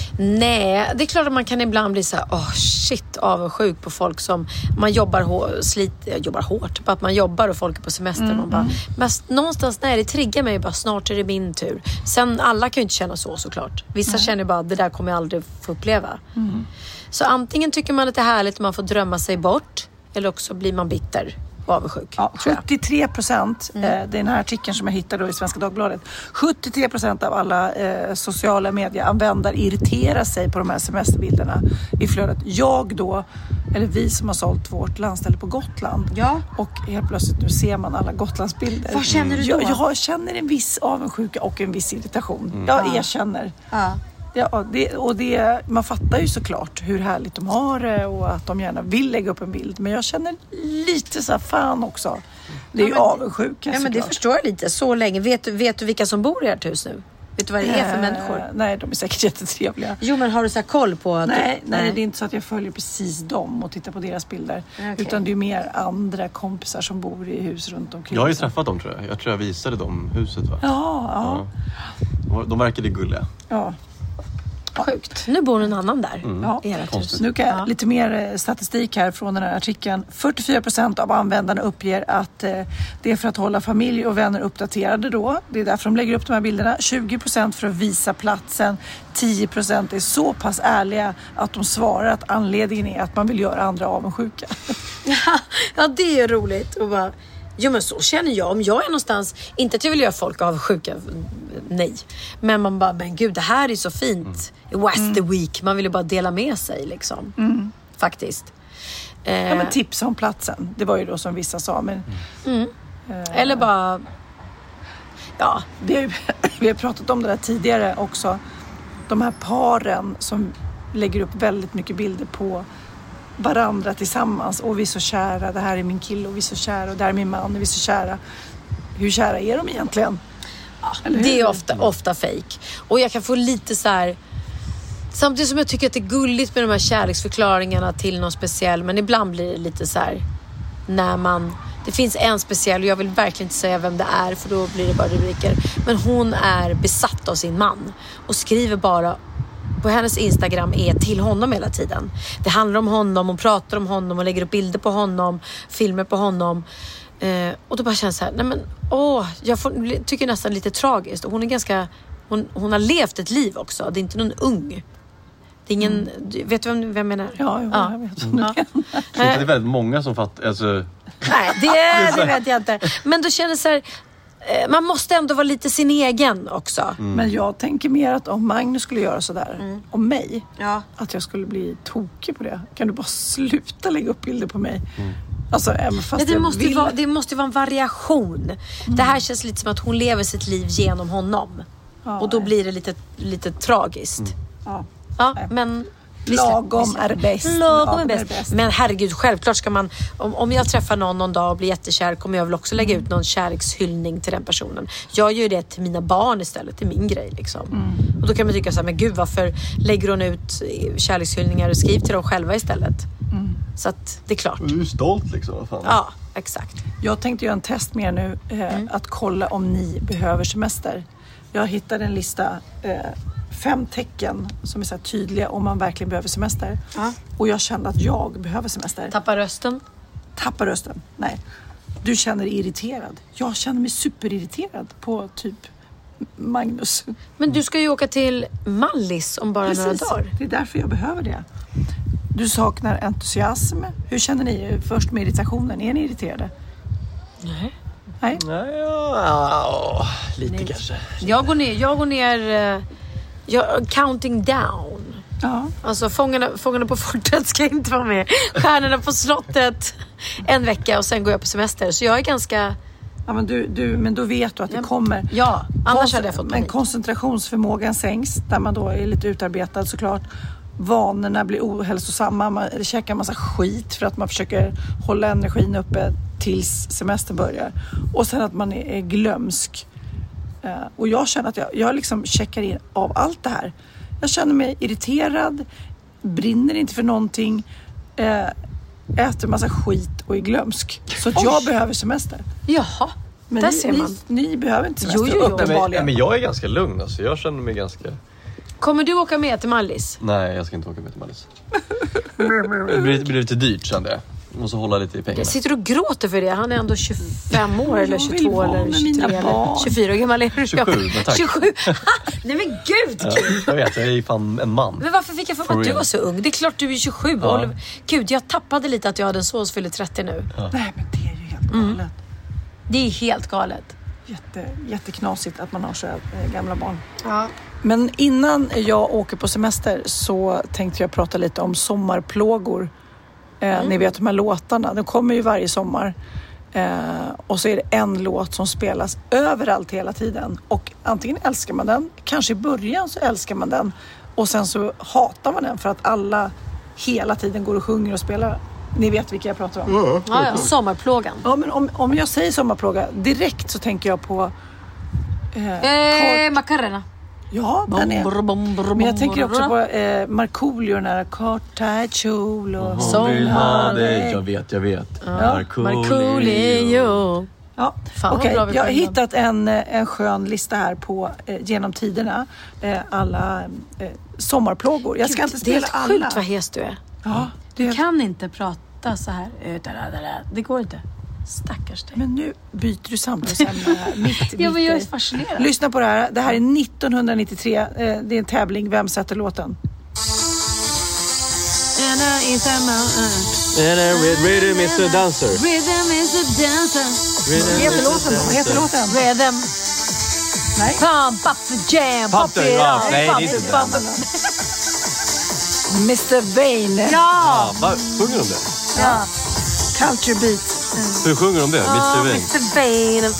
Nej, det är klart att man kan ibland bli så här, åh oh shit, avundsjuk på folk som man jobbar, hår, slit, jobbar hårt på att man jobbar och folk är på semester. Mm, man bara, mm. Men någonstans när det triggar mig bara, snart är det min tur. Sen alla kan ju inte känna så såklart. Vissa mm. känner bara, det där kommer jag aldrig få uppleva. Mm. Så antingen tycker man att det är härligt att man får drömma sig bort, eller också blir man bitter. Avundsjuk, ja, sjuttiotre procent, mm. eh, den här artikeln som jag hittade då i Svenska Dagbladet, sjuttiotre procent av alla eh, sociala medieanvändare irriterar sig på de här semesterbilderna i flödet. Jag då, eller vi som har sålt vårt landställe på Gotland, ja. Och helt plötsligt nu ser man alla Gotlandsbilder. Vad känner du då? Jag, jag känner en viss avundsjuka och en viss irritation. Mm. Jag erkänner. Ja. Ja, det, och det, man fattar ju såklart hur härligt de har det och att de gärna vill lägga upp en bild. Men jag känner lite så här fan också. Det är ja, ju avundsjuka. Ja, men det förstår jag lite. Så länge. Vet, vet du vilka som bor i ert hus nu? Vet du vad det är för äh, människor? Nej, de är säkert jättetrevliga. Jo, men har du så här koll på... Att nej, du, nej, nej, det är inte så att jag följer precis dem och tittar på deras bilder. Okay. Utan det är mer andra kompisar som bor i hus runt omkring. Jag har ju träffat dem, tror jag. Jag tror jag visade dem huset, va? Ja, ja. ja. De verkade gulliga. Ja. Sjukt. Nu bor en annan där. Mm. Ja. Nu kan jag, lite mer statistik här från den här artikeln. fyrtiofyra procent av användarna uppger att eh, det är för att hålla familj och vänner uppdaterade då. Det är därför de lägger upp de här bilderna. tjugo procent för att visa platsen. tio procent är så pass ärliga att de svarar att anledningen är att man vill göra andra avundsjuka. Ja, det är roligt. Och bara... Jo, men så känner jag. Om jag är någonstans, inte att jag vill göra folk avsjuka, nej. Men man bara, men gud, det här är så fint. Mm. West mm. the week. Man vill ju bara dela med sig, liksom. Mm. Faktiskt. Ja, men tips om platsen. Det var ju då som vissa sa. Men, mm. eh, Eller bara... Ja. Det är ju, vi har pratat om det där tidigare också. De här paren som lägger upp väldigt mycket bilder på varandra tillsammans. Och vi är så kära, det här är min kille och vi är så kära. Och det här är min man och vi är så kära. Hur kära är de egentligen? Ja, det är ofta, ofta fake. Och jag kan få lite så här... Samtidigt som jag tycker att det är gulligt med de här kärleksförklaringarna till någon speciell. Men ibland blir det lite så här... När man... Det finns en speciell och jag vill verkligen inte säga vem det är. För då blir det bara rubriker. Men hon är besatt av sin man. Och skriver bara... På hennes Instagram är till honom hela tiden. Det handlar om honom, hon pratar om honom och lägger upp bilder på honom, filmer på honom. Eh, och då bara känns så här, nej men åh, jag får, tycker nästan lite tragiskt. Och hon är ganska, hon, hon har levt ett liv också. Det är inte någon ung. Det är ingen, mm. vet du vem, vem jag menar? Ja, jo, ja. jag vet. Mm. Ja. Det är väldigt många som fattar, alltså... Nej, det, det vet jag inte. Men då känner så här, man måste ändå vara lite sin egen också. Mm. Men jag tänker mer att om Magnus skulle göra sådär mm. om mig, ja. Att jag skulle bli tokig på det. Kan du bara sluta lägga upp bilder på mig? Mm. Alltså, fast det, jag måste vill... vara, det måste vara en variation. Mm. Det här känns lite som att hon lever sitt liv genom honom. Ja, och då nej. blir det lite, lite tragiskt. Mm. Ja, ja men... Lagom är bäst. Lagom är bäst. är bäst. Men herregud, självklart ska man... Om, om jag träffar någon någon dag och blir jättekär kommer jag väl också lägga ut någon kärlekshyllning till den personen. Jag gör det till mina barn istället, till min grej liksom. Mm. Och då kan man tycka så här, men gud, varför lägger hon ut kärlekshyllningar och skriv till dem själva istället? Mm. Så att det är klart. Du är stolt liksom, vad fan. Ja, exakt. Jag tänkte göra en test med er nu. Eh, mm. Att kolla om ni behöver semester. Jag hittade en lista... Eh, fem tecken som är så här tydliga om man verkligen behöver semester. Ja. Och jag kände att jag behöver semester. Tappa rösten? Tappa rösten, nej. Du känner dig irriterad. Jag känner mig superirriterad på typ Magnus. Men du ska ju åka till Mallis om bara Precis. några dagar. Det är därför jag behöver det. Du saknar entusiasm. Hur känner ni först med irritationen? Är ni irriterade? Nej. Nej? Nej, ja, lite nej. Kanske. Jag går ner... Jag går ner Jag, counting down. Ja. Alltså fångarna, fångarna på fortet ska inte vara med. Stjärnorna på slottet en vecka och sen går jag på semester. Så jag är ganska... Ja, men, du, du, men då vet du att det kommer. Ja, annars hade jag fått panik. Men koncentrationsförmågan sänks där man då är lite utarbetad såklart. Vanorna blir ohälsosamma. Man käkar en massa skit för att man försöker hålla energin uppe tills semestern börjar. Och sen att man är, är glömsk. Uh, och jag känner att jag, jag liksom checkar in av allt det här. Jag känner mig irriterad, brinner inte för någonting, uh, äter massa skit och är glömsk. Så att jag behöver semester. Jaha, men där ni, ser man. Ni, ni behöver inte semester. Jo, jo, jo. Nej, men, men jag är ganska lugn, alltså. Jag känner mig ganska... Kommer du åka med till Mallis? Nej, jag ska inte åka med till Mallis. Det blir, blir lite dyrt, kände jag. Måste hålla lite i pengarna. Sitter du och gråter för det? Han är ändå tjugofem år eller tjugotvå eller tjugotre eller tjugofyra år gammal. tjugosju, men tack. tjugosju. Nej men gud! Ja, jag vet, jag är fan en man. Men varför fick jag för mig att du var så ung? Det är klart du är tjugosju. Ja. Gud, jag tappade lite att jag hade en son som fyller trettio nu. Ja. Nej, men det är ju helt galet. Mm. Det är helt galet. Jätte, jätteknasigt att man har så här, äh, gamla barn. Ja. Men innan jag åker på semester så tänkte jag prata lite om sommarplågor. Eh, mm. Ni vet de här låtarna, de kommer ju varje sommar. Eh, och så är det en låt som spelas överallt hela tiden. Och antingen älskar man den, kanske i början så älskar man den. Och sen så hatar man den för att alla hela tiden går och sjunger och spelar. Ni vet vilka jag pratar om. Mm. Ja, ja, sommarplågan. Ja, men om, om jag säger sommarplåga, direkt så tänker jag på... Eh, eh, Macarena. Ja, den är. Men jag tänker också på eh, Markoolio, den här korta kjol och sommar. Jag vet, jag vet. Ja. Markoolio. Ja, okej. Okay. Jag har hittat en, en skön lista här på eh, genom tiderna. Eh, alla eh, sommarplågor. Jag ska Gud, inte spela alla. Det är helt sjukt vad hes du är. Ja, det är... Du kan inte prata så här. Det går inte. Stackars dig. Men nu byter du samtalsämne här. Mitt, ja, men jag är fascinerad. Lyssna på det här. Det här är nittonhundranittiotre. Det är en tävling. Vem sätter låten? Rhythm is a dancer. Rhythm is a dancer. Vad heter låten då? Vad heter låten? Rhythm. Nej. Pump up the jam. Pump the jam. Nej, det är inte det. mister Vain. Ja. Ja, vad sjunger de det? Ja. Culture Beat. Mm. Hur sjunger de det? mister Vain. mister Vain.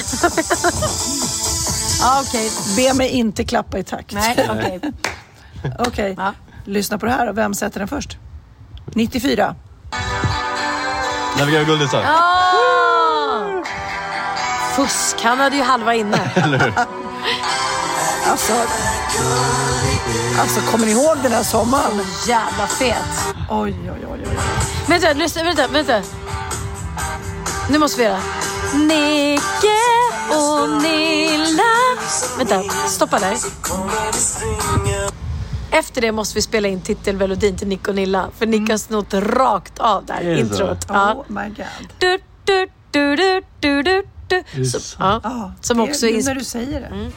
Ja, okej. Be mig inte klappa i takt. Nej, okej. Okej. Lyssna på det här. Vem sätter den först? nittiofyra. När vi gör guldisar. Oh! Fusk, han hade ju halva inne. Alltså, alltså, kommer ni ihåg den här sommaren? Jävla fet. Oj, oj, oj, oj. Vänta, lyssna, vänta, vänta. Nu måste vi göra. Nicke och Nilla. Vänta, stoppa där. Efter det måste vi spela in titelmelodin till Nick och Nilla. För Nick har snott rakt av där introt. Ja. Oh my god. Du, du, du, du, du, du, du. Så, ja. Ah, Som det också är är när du säger det. Mm.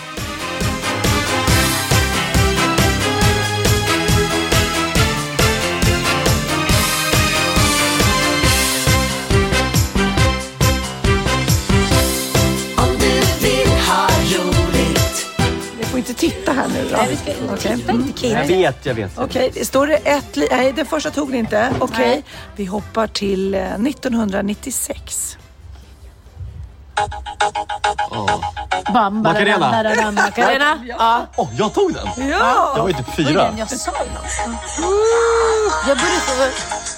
Inte titta här nu då. Nej, vi ska okay. titta inte Kid. Jag vet, jag vet. Okej, okay, står det ett... Li- Nej, den första tog ni inte. Okej, okay. Vi hoppar till eh, nittonhundranittiosex. Oh. Bam, Macarena. Macarena. Ja. Åh, oh, jag tog den. Ja. Jag var ju typ fyra. Jag sa ju något. Jag började...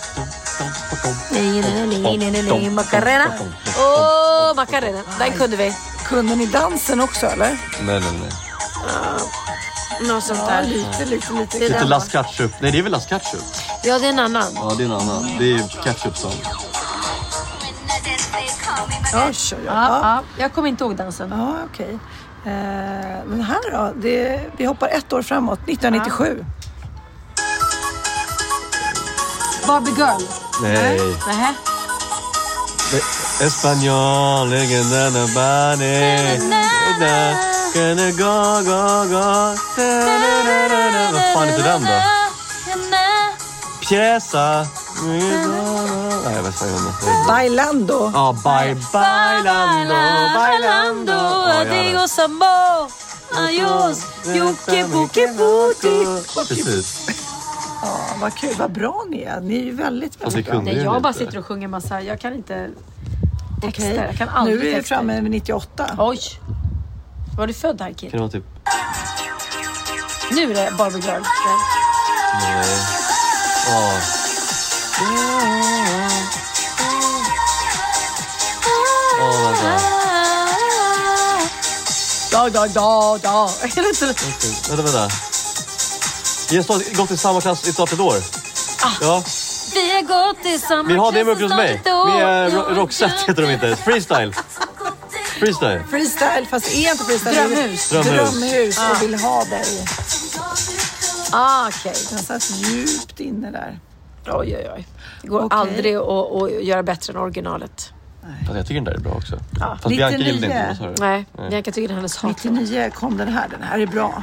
Nej, nej, nej, nej, nej, Macarena. Åh, Macarena. Den kunde vi. Kunde ni dansen också, eller? Nej, nej, nej. Uh, något sånt där. Ja, lite, lite, lite. Lite Las Ketchup. Nej, det är väl Las Ketchup? Ja, det är en annan. Ja, det är en annan. Det är Ketchup-sång. Ja, kör jag. Ja, ja. Jag kommer inte ihåg dansen. Ja, okej. Okay. Eh, men här då? Det, vi hoppar ett år framåt. nittonhundranittiosju. Ja. Barbie Girl. Nej. Nej. Espanol, legendana bane. Gonna go, go, go. Vad fan är den då? Pjäsa. Nej, jag vet inte. Bailando. Ja, bye, bailando, bailando. Adios amor. Adios. Yuki, buki, buti. Precis. Ja, vad kul. Vad bra ni är. Ni är ju väldigt, väldigt bra. Nej, jag bara sitter och sjunger massa. Jag kan inte texter. Okay. Jag kan aldrig nu är vi texter. framme med nittioåtta. Oj. Var du född här, Kid? Kan det vara typ... Nu är det Barbie Girl. Nej. Åh. Åh, vänta. Da, da, da, da. Vänta, vänta. Vi har gått i samma klass i snart ett år. Ah. Ja. Vi har gått i samma klass. Vi har det med hos mig. Vi är ro- Roxette heter de inte. Freestyle. Freestyle. Freestyle, fast det är inte freestyle. Drömhus. Drömhus. Drömhus Ah. och vill ha dig. Ah, okej. Okay. Den satt djupt inne där. Oj, oj, oj. Det går Okay. aldrig att, att göra bättre än originalet. Alltså, jag tycker den där är bra också. Ja. Fast Bianca gillade inte. Vad sa du? Nej, Nej. Bianca tycker hennes hat. nittionio kom den här. Den här är bra.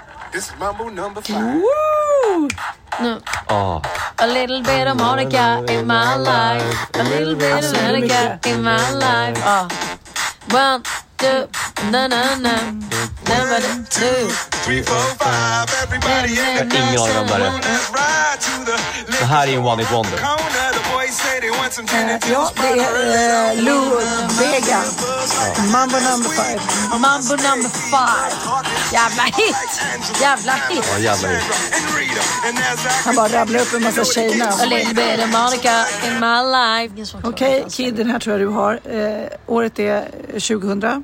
Nu. Ah. A little bit of Monica in my life. A little bit of Monica in my life. Ah. One, two, na na na. Never two. Jag har ingen aning om det. Det här är en one hit wonder. Eh, ja, det är eh, Lou Vega. Ja. Mambo number five. Mambo number five. Jävla hit. Jävla hit. Ja, jävla hit. Han bara rabblar upp en massa tjejnamn. A little bit of Monica in my life. Okej, okay, Kid, den här tror jag du har. Eh, året är tjugohundra.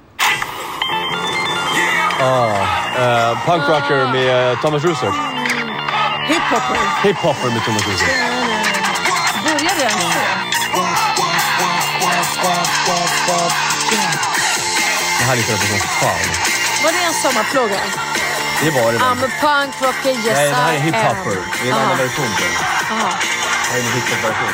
Ah, uh, punk rocker med uh, Thomas Russo. Hiphopper. Hiphopper med Thomas Russo. Börjar det ens så? Det här är inte som fan. Var det en sommarplåga? Det var det. I'm a punk rocker, yes Nej, det här är I hiphopper. am. Det är en Aha. annan version. Det Aha. här är en hiphop-version.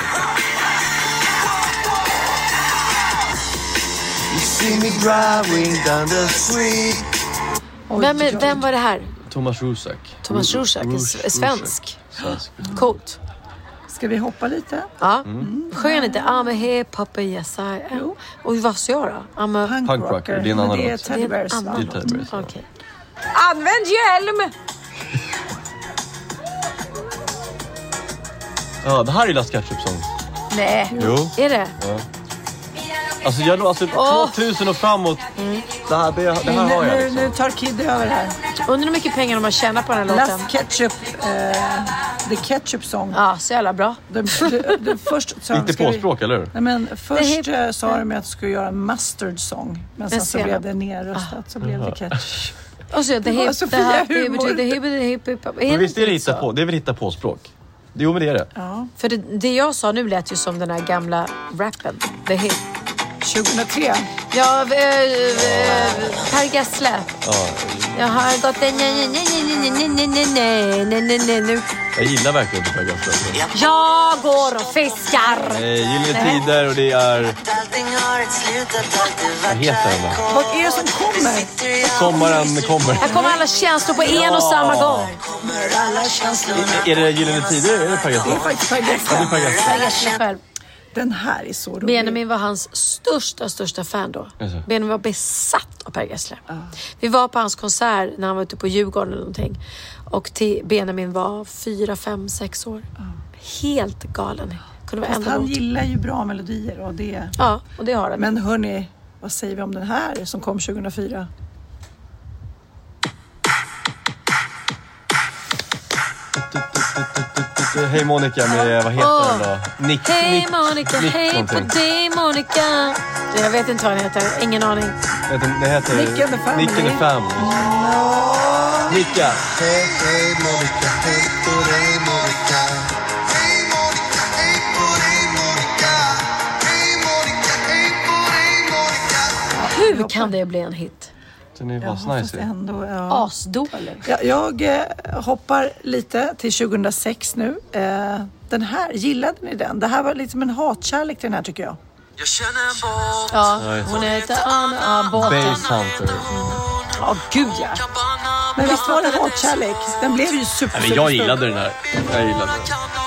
You see me driving down the street. Vem, är, vem var det här? Thomas Rusak. Thomas Rusak, är svensk. Svensk. Coolt. Ska vi hoppa lite? Ja. Mm. Sjöng han inte I'm a hip-hopper, yes I am. Och vad sa jag då? I'm a Punk, Punk rocker. rocker. Det är en annan Det är låt. Teddy Bears. Det är en annan Det är Teddy Bears, låt. ja. Okej. Använd hjälm! Ja, det här är Las Ketchup-sång. Nej. Jo. Är det? Ja. Alltså, jag, alltså Åh. tvåtusen och framåt. Mm. Det här, det, det här Nu, har jag nu, liksom. nu tar Kid över här. Undrar hur mycket pengar de har tjänat på den här låten. Las Ketchup. Eh, The Ketchup Song. Ja, så jävla bra. De, de, de, först, så Inte ska vi- påspråk, eller hur? Nej, men först Det är- eh, sa de att du skulle göra en mustard song. Men sen Jag så ser blev det. det nerröstat. Så blev det ketchup. Och så det Det var hip, så det här, fria det humor. betyder hip, det hip, hip, hip. Men visst är det inte hitta så? på? Det är väl hitta på språk? Jo, men det är det. Ja. För det, det jag sa nu lät ju som den här gamla rappen. The hip. tjugohundratre. Ja, äh, äh, Per Gessle. Ja, Jag har gått en nej, nej, nej, nej, nej, nej, nej, nej, nej, nej, nu. jag gillar verkligen det Per Gessle. Jag går och fiskar. Eh, Gyllene Tider och det är... Vad heter den då? Vad är det som kommer? Sommaren kommer. Här kommer alla känslor på en och samma gång. Alla känslor. Är det Gyllene Tider? Är det Per Det är Gessle? faktiskt Per Ja, det är Gessle. Per Gessle. Per Gessle själv. Den här är så rolig. Benjamin var hans största, största fan då. Jaså? Benjamin var besatt av Per Gessle. Vi var på hans konsert när han var ute på Djurgården eller någonting. Och till Benjamin var fyra, fem, sex år. Helt galen. Kunde vara Fast ända han mot. gillar ju bra melodier och det. Ja, och det har han. Men hörni, vad säger vi om den här som kom tjugohundrafyra? Hej Monica med, vad heter Åh. den då? Nick, Hej Nick, Monica, Nick hej på någonting. dig Monica. Jag vet inte vad den heter, ingen aning. Vet du, det heter Nick and the Family. Nick and the Family. Nicka. Hej, hej Monica, hej på dig Monica. Hej Monica, hej på dig Monica. Hej Monica, hej på dig Monica. Hur kan det bli en hit? Den är Ja, bara fast nice. ändå, ja. Asdålig. Ja, jag eh, hoppar lite till tjugohundrasex nu. Eh, den här, gillade ni den? Det här var lite som en hatkärlek till den här tycker jag. Ja, hon heter Anna Båten. Base Hunter. Ja, gud ja. Men visst var det hatkärlek? Den blev ju super, Nej, men super jag gillade den här. Jag gillade den.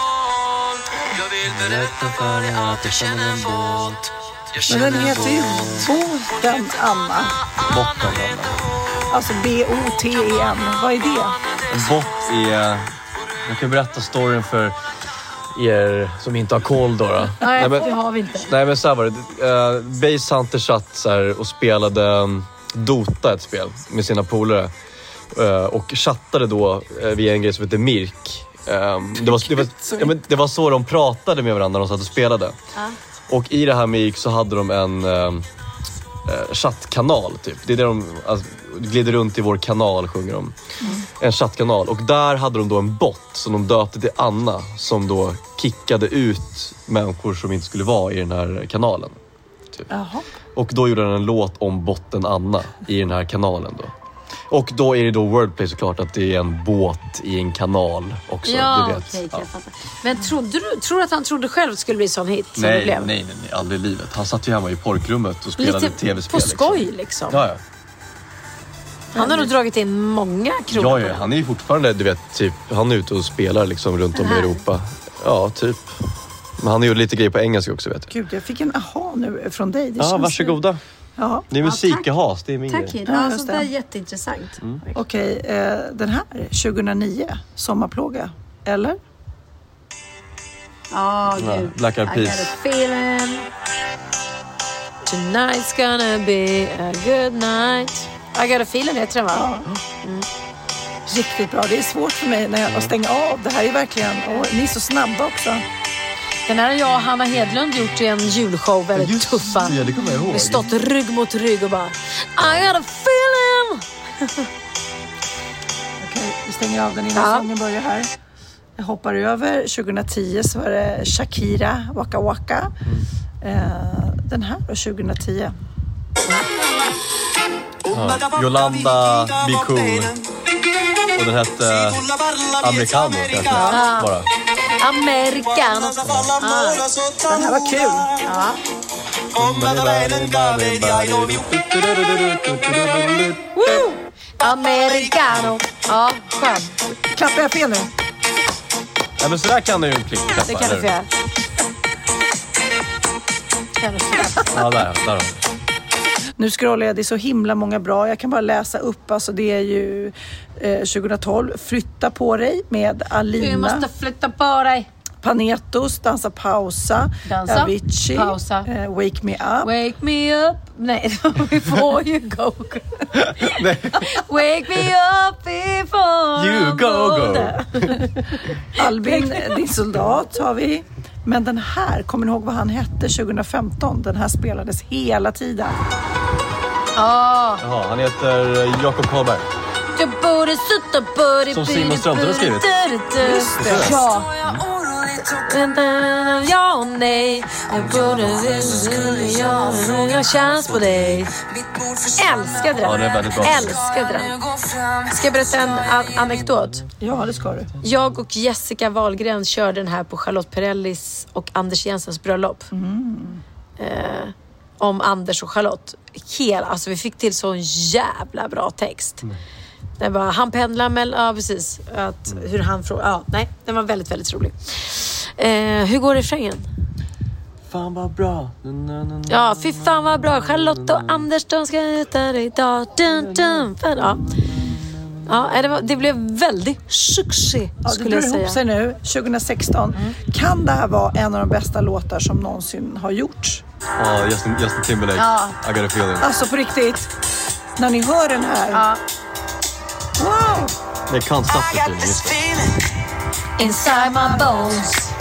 Men den heter ju Båten Anna. Botten. Alltså B O T E N. Vad är det? En bot är... Jag kan berätta storyn för er som inte har koll då. då. Nej, men, det har vi inte. nej men så här var det. Uh, Base Hunter satt så här och spelade um, Dota, ett spel, med sina polare. Uh, och chattade då uh, via en grej som heter Mirk. Um, det, var, det, var, ja, men det var så de pratade med varandra när de satt och spelade. Uh. Och i det här Mirk så hade de en um, uh, chattkanal typ. Det är där de alltså, glider runt i vår kanal, sjunger de. Mm. En chattkanal. Och där hade de då en bot som de döpte till Anna, som då kickade ut människor som inte skulle vara i den här kanalen. Typ. Jaha. Och då gjorde den en låt om botten Anna i den här kanalen då. Och då är det då wordplay såklart, att det är en båt i en kanal också. Ja, du vet. okej, Ja. jag fattar. Men trodde du, tror du att han trodde själv skulle bli sån hit som det Nej, blev? nej, nej, nej, aldrig i livet. Han satt ju hemma i porkrummet och spelade Lite tv-spel. på skoj liksom. Ja, ja. Han har nog dragit in många kronor Ja, på ja, det. han är ju fortfarande, du vet, typ, han är ute och spelar liksom runt om i Europa. Ja, typ. Men han har gjort lite grejer på engelska också, vet du. Gud, jag fick en aha nu från dig. Det Ja, känns- varsågoda. Ja. Det är musikahas, det är min Tack, grej. Kid. Ja, Ja, just sånt det. där är jätteintressant. Mm. Okej, eh, den här, tjugohundranio, Sommarplåga. Eller? Ja, Ja, gud. Black Eyed I Peas. got a feeling tonight's gonna be a good night. I got a feeling heter den, va? Riktigt bra. Det är svårt för mig när jag att stänga av. Det här är verkligen... Och ni är så snabba också. Den här har jag och Hanna Hedlund gjort i en julshow, väldigt Just tuffa. det, det kommer jag ihåg. Vi har stått rygg mot rygg och bara I got a feeling. Okej, vi stänger av den innan Ja. sången börjar här. Jag hoppar över. tjugohundratio så var det Shakira, Waka Waka. Eh, den här då, tjugohundratio. Ja. Yolanda, Be Cool. Och den hette Americano, kanske. Ja. Bara. Americano. Ah. Den här var kul. Ja. Woo! Americano. Ja, skön. Klappar jag fel nu? Ja, men sådär kan du ju klippa. Det kan du få göra. Kan du få göra. Ja, där, där har du. Nu scrollar jag, det är så himla många bra. Jag kan bara läsa upp, alltså det är ju eh, tjugohundratolv. Flytta på dig med Alina. Du måste flytta på dig. Panetos, Dansa Pausa, Dansa, Avicii, pausa. eh, Wake Me Up. Wake me up. Nej, before you go. Wake me up before You go, go. Albin, Din soldat har vi. Men den här, kommer ni ihåg vad han hette tjugo femton? Den här spelades hela tiden. Ja. Jaha, han heter Jakob Karlberg. Som Simon Strömberg har skrivit. Just det. Ja. Ja och nej. Jag känns på dig. Älskade den. Ja, det är väldigt bra. Älskade den. Ska jag berätta en an- anekdot? Ja, det ska du. Jag och Jessica Wahlgren körde den här på Charlotte Perrellis och Anders Jensens bröllop. Mm. Eh, om Anders och Charlotte. Hela, alltså vi fick till så en jävla bra text. Mm. Det var, han pendlar mellan, ja precis. Att, hur han frågar, ja nej, den var väldigt, väldigt rolig. Eh, hur går refrängen? Fan vad bra. Ja, fy fan vad bra. Charlotte och Anders, de ska äta dig idag. Dun, dun, ja. Ja, det, var, det blev väldigt succé, ja, skulle jag säga. ihop sig nu, tjugo sexton. Mm. Kan det här vara en av de bästa låtar som någonsin har gjorts? Ja, Justin, Justin Timberlake. Ja. I got a feeling. Alltså på riktigt, när ni hör den här. Ja. Wow! Det är konstigt det just det. Inside my bones.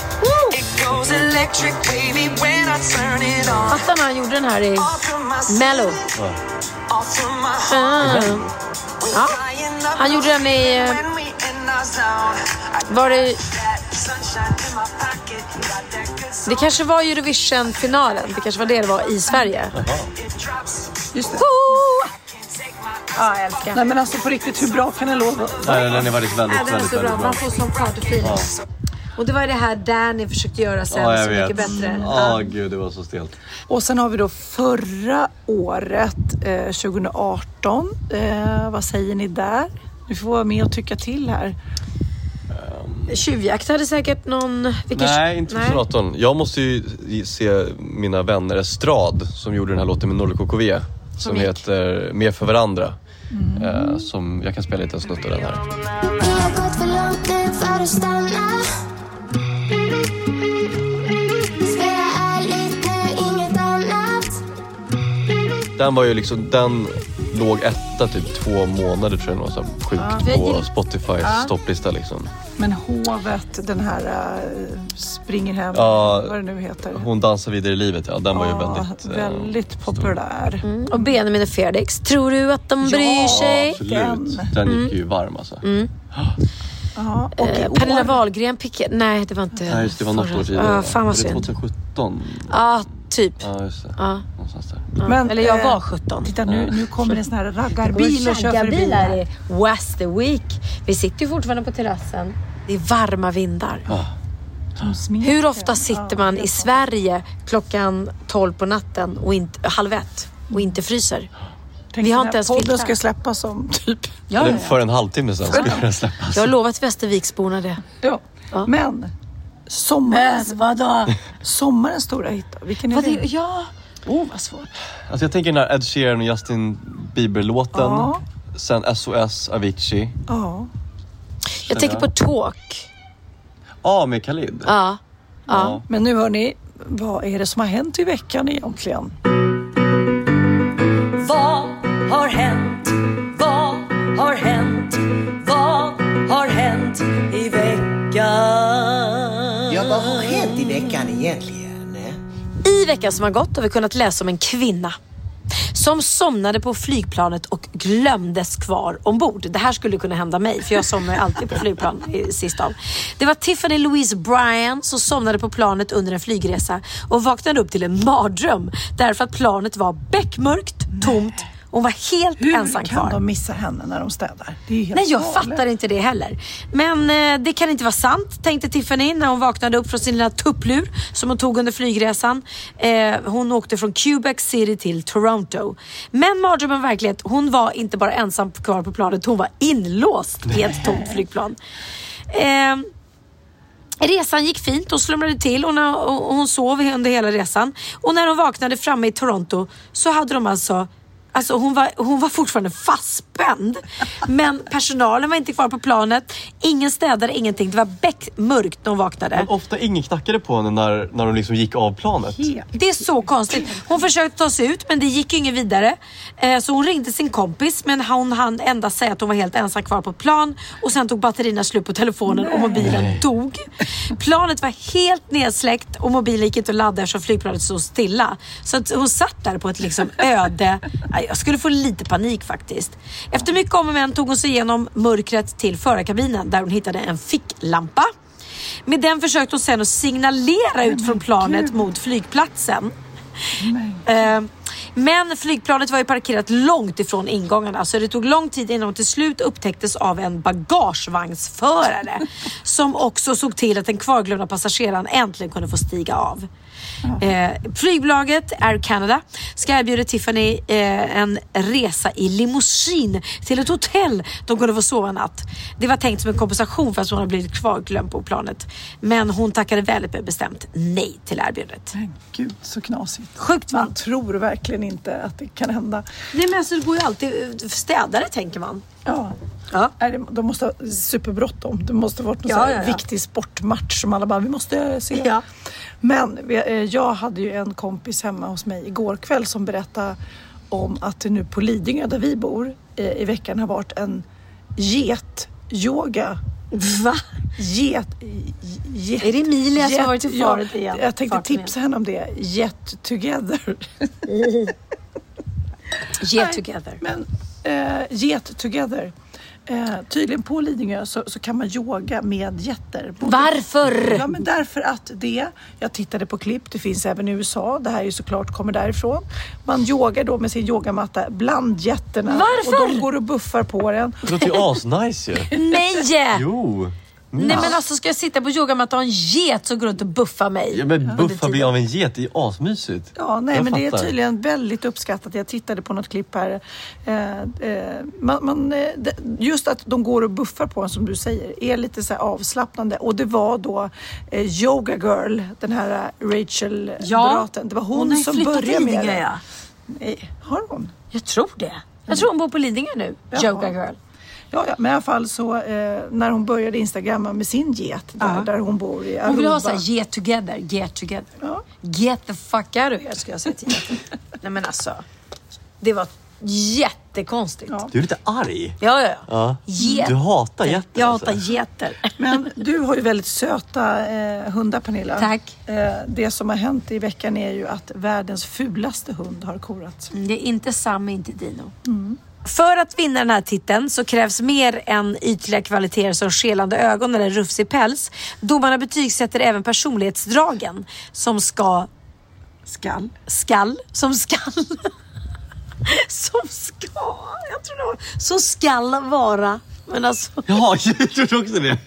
Fattar när han gjorde den här i Mello. Ja. Mm. Ja. Han gjorde den i... Var det... Det kanske var Eurovision-finalen. Det kanske var det det var i Sverige. Aha. Just det. Woo! Ja, jag älskar. Nej men alltså på riktigt, hur bra kan en låt vara? Nej, den är väldigt, väldigt, Ja, den är väldigt, så bra. väldigt bra. Man får sån partyfeeling. Ja. Och det var det här Danny försökte göra sen Ja, jag så vet. mycket bättre. Ja, oh, gud, det var så stelt. Och sen har vi då förra året, eh, tjugo arton. Eh, vad säger ni där? Vi får vara med och tycka till här. Tjuvjakt hade säkert någon... Vilken... Nej, inte tjugo arton. Jag måste ju se mina vänner Estrad som gjorde den här låten med Norli K K V. Som, som heter Mer för varandra. Mm. Eh, som jag kan spela lite en snutt av den här. Den var ju liksom, den låg etta typ två månader tror jag nog, så sjukt ja, på Spotifys ja. topplista liksom. Men hovet, den här uh, springer hem, ja, vad det nu heter. Hon dansar vidare i livet, ja, den ja, var ju väldigt väldigt uh, populär. Mm. Och Benjamin och Felix, tror du att de bryr ja, sig? Absolut, den, den gick ju varm alltså. Mm. Ja, och eh, Pernilla Wahlgren pick... Nej, det var inte... Nej, just det var något år tidigare. Ah, fan vad synd. tjugosjutton. Ja, typ. Ja, just det. Ja. Någonstans där. Ja. Men, Eller jag var sjutton. Titta, nu, nu kommer en sån här raggarbil och kör förbi. Raggarbilar i West Week. Vi sitter ju fortfarande på terrassen. Det är varma vindar. Ja. Hur ofta sitter man i Sverige klockan tolv på natten och inte, halv ett och inte fryser? Tänk vi har inte ens filtar. Podden ska släppas om typ... Ja, ja, ja. För en halvtimme sedan ska den släppas. Jag har lovat Västerviksborna det. Ja, ja. Men sommarens, vadå? Sommarens stora hit. Vilken är vad det? det? Ja, oh vad svårt. Alltså jag tänker den här Ed Sheeran och Justin Bieber-låten. Ja. Sen S O S, Avicii. Ja. Jag, jag tänker på Talk. Ja, med Khalid. Ja. Ja. Ja. Men nu hör ni, vad är det som har hänt i veckan egentligen? Vad har hänt? Vad har hänt? Vad har hänt i veckan? Ja, vad har hänt i veckan egentligen? I veckan som har gått har vi kunnat läsa om en kvinna som somnade på flygplanet och glömdes kvar ombord. Det här skulle kunna hända mig, för jag somnar alltid på flygplan i sista av. Det var Tiffany Louise Bryan som somnade på planet under en flygresa och vaknade upp till en mardröm därför att planet var beckmörkt, tomt. Hon var helt Hur ensam kvar. Hur kan de missa henne när de städar? Det är ju helt Nej, jag galet. fattar inte det heller. Men eh, det kan inte vara sant, tänkte Tiffany när hon vaknade upp från sin lilla tupplur som hon tog under flygresan. Eh, hon åkte från Quebec City till Toronto. Men mardrömmen verklighet, hon var inte bara ensam kvar på planet, hon var inlåst i ett tomt flygplan. Eh, Resan gick fint och slumrade till och, när, och hon sov under hela resan. Och när hon vaknade framme i Toronto så hade de alltså Alltså hon var, hon var fortfarande fastspänd. Men personalen var inte kvar på planet. Ingen städade, ingenting. Det var beckmörkt när hon vaknade. Men ofta ingen knackade på henne när, när hon liksom gick av planet. Det är så konstigt. Hon försökte ta sig ut, men det gick ju ingen vidare. eh, Så hon ringde sin kompis, men hon hann endast säga att hon var helt ensam kvar på plan. Och sen tog batterierna slut på telefonen. Nej. Och mobilen dog. Planet var helt nedsläckt och mobilen gick inte att ladda eftersom flygplanet stod stilla. Så att hon satt där på ett liksom öde. Jag skulle få lite panik faktiskt. Efter mycket om och men tog hon sig igenom mörkret till förarkabinen, där hon hittade en ficklampa. Med den försökte hon sen att signalera ut från planet mot flygplatsen. Uh, men flygplanet var ju parkerat långt ifrån ingångarna, så det tog lång tid innan hon till slut upptäcktes av en bagagevagnsförare som också såg till att den kvarglömda passageraren äntligen kunde få stiga av. Eh, flygbolaget Air Canada ska erbjuda Tiffany eh, en resa i limousin till ett hotell de kunde få sova en natt. Det var tänkt som en kompensation för att hon hade blivit kvarglömd på planet. Men hon tackade väldigt bestämt nej till erbjudandet. Men gud, så knasigt. Sjukt, va? Man tror verkligen inte att det kan hända. Nej, men alltså, det går ju alltid städare, tänker man. Ja. Ja. De måste ha superbråttom. Det måste ha varit någon ja, ja, ja. viktig sportmatch som alla bara, vi måste se. Ja. Men jag hade ju en kompis hemma hos mig igår kväll som berättade om att det nu på Lidingö, där vi bor, i veckan har varit en get-yoga. Va? Get, get, är det Emilia get, som har varit i faret igen? Jag tänkte Farten tipsa henne om det. Get together. Get together. Men uh, get together. Eh, tydligen på Lidingö så, så kan man yoga med getter. Varför? Ja, men därför att det, jag tittade på klipp, det finns även i U S A, det här är ju såklart kommer därifrån. Man yogar då med sin yogamatta bland getterna. Varför? Och de går och buffar på den. Det låter ju asnice ju. Nej! Jo. Nej, men alltså ska jag sitta på yogamattan och en get som går runt och buffar mig? Ja, men buffa blir av en get, det är asmysigt. Ja, nej, jag men fattar. det är tydligen väldigt uppskattat. Jag tittade på något klipp här. Eh, eh, man, man, eh, just att de går och buffar på en, som du säger, är lite så här avslappnande. Och det var då eh, Yoga Girl, den här Rachel ja. Braten. Det var hon, hon som började med det. Ja. Nej, har hon? Jag tror det. Jag tror hon bor på Lidingö nu. Jaha. Yoga Girl. Ja, ja, men i alla fall så eh, när hon började Instagramma med sin get där, uh-huh. där hon bor i Aruba. Hon vill ha så här, get together, get together. Ja. Get the fuck out of here, ska jag säga till henne. Nej, men alltså, det var jättekonstigt. Ja. Du är lite arg. Ja, ja, ja. Get. Du hatar getter. Jag alltså. hatar getter. Men du har ju väldigt söta eh, hundar, Pernilla. Tack. Eh, det som har hänt i veckan är ju att världens fulaste hund har korats. Det är inte Sam, inte Dino. Mm. För att vinna den här titeln så krävs mer än ytliga kvaliteter som skelande ögon eller rufsig päls. Domarna betygsätter även personlighetsdragen som ska... Skall. Skall. Som skall. som ska... Jag tror det var... Som skall vara. Men alltså... Ja, jag tror också det.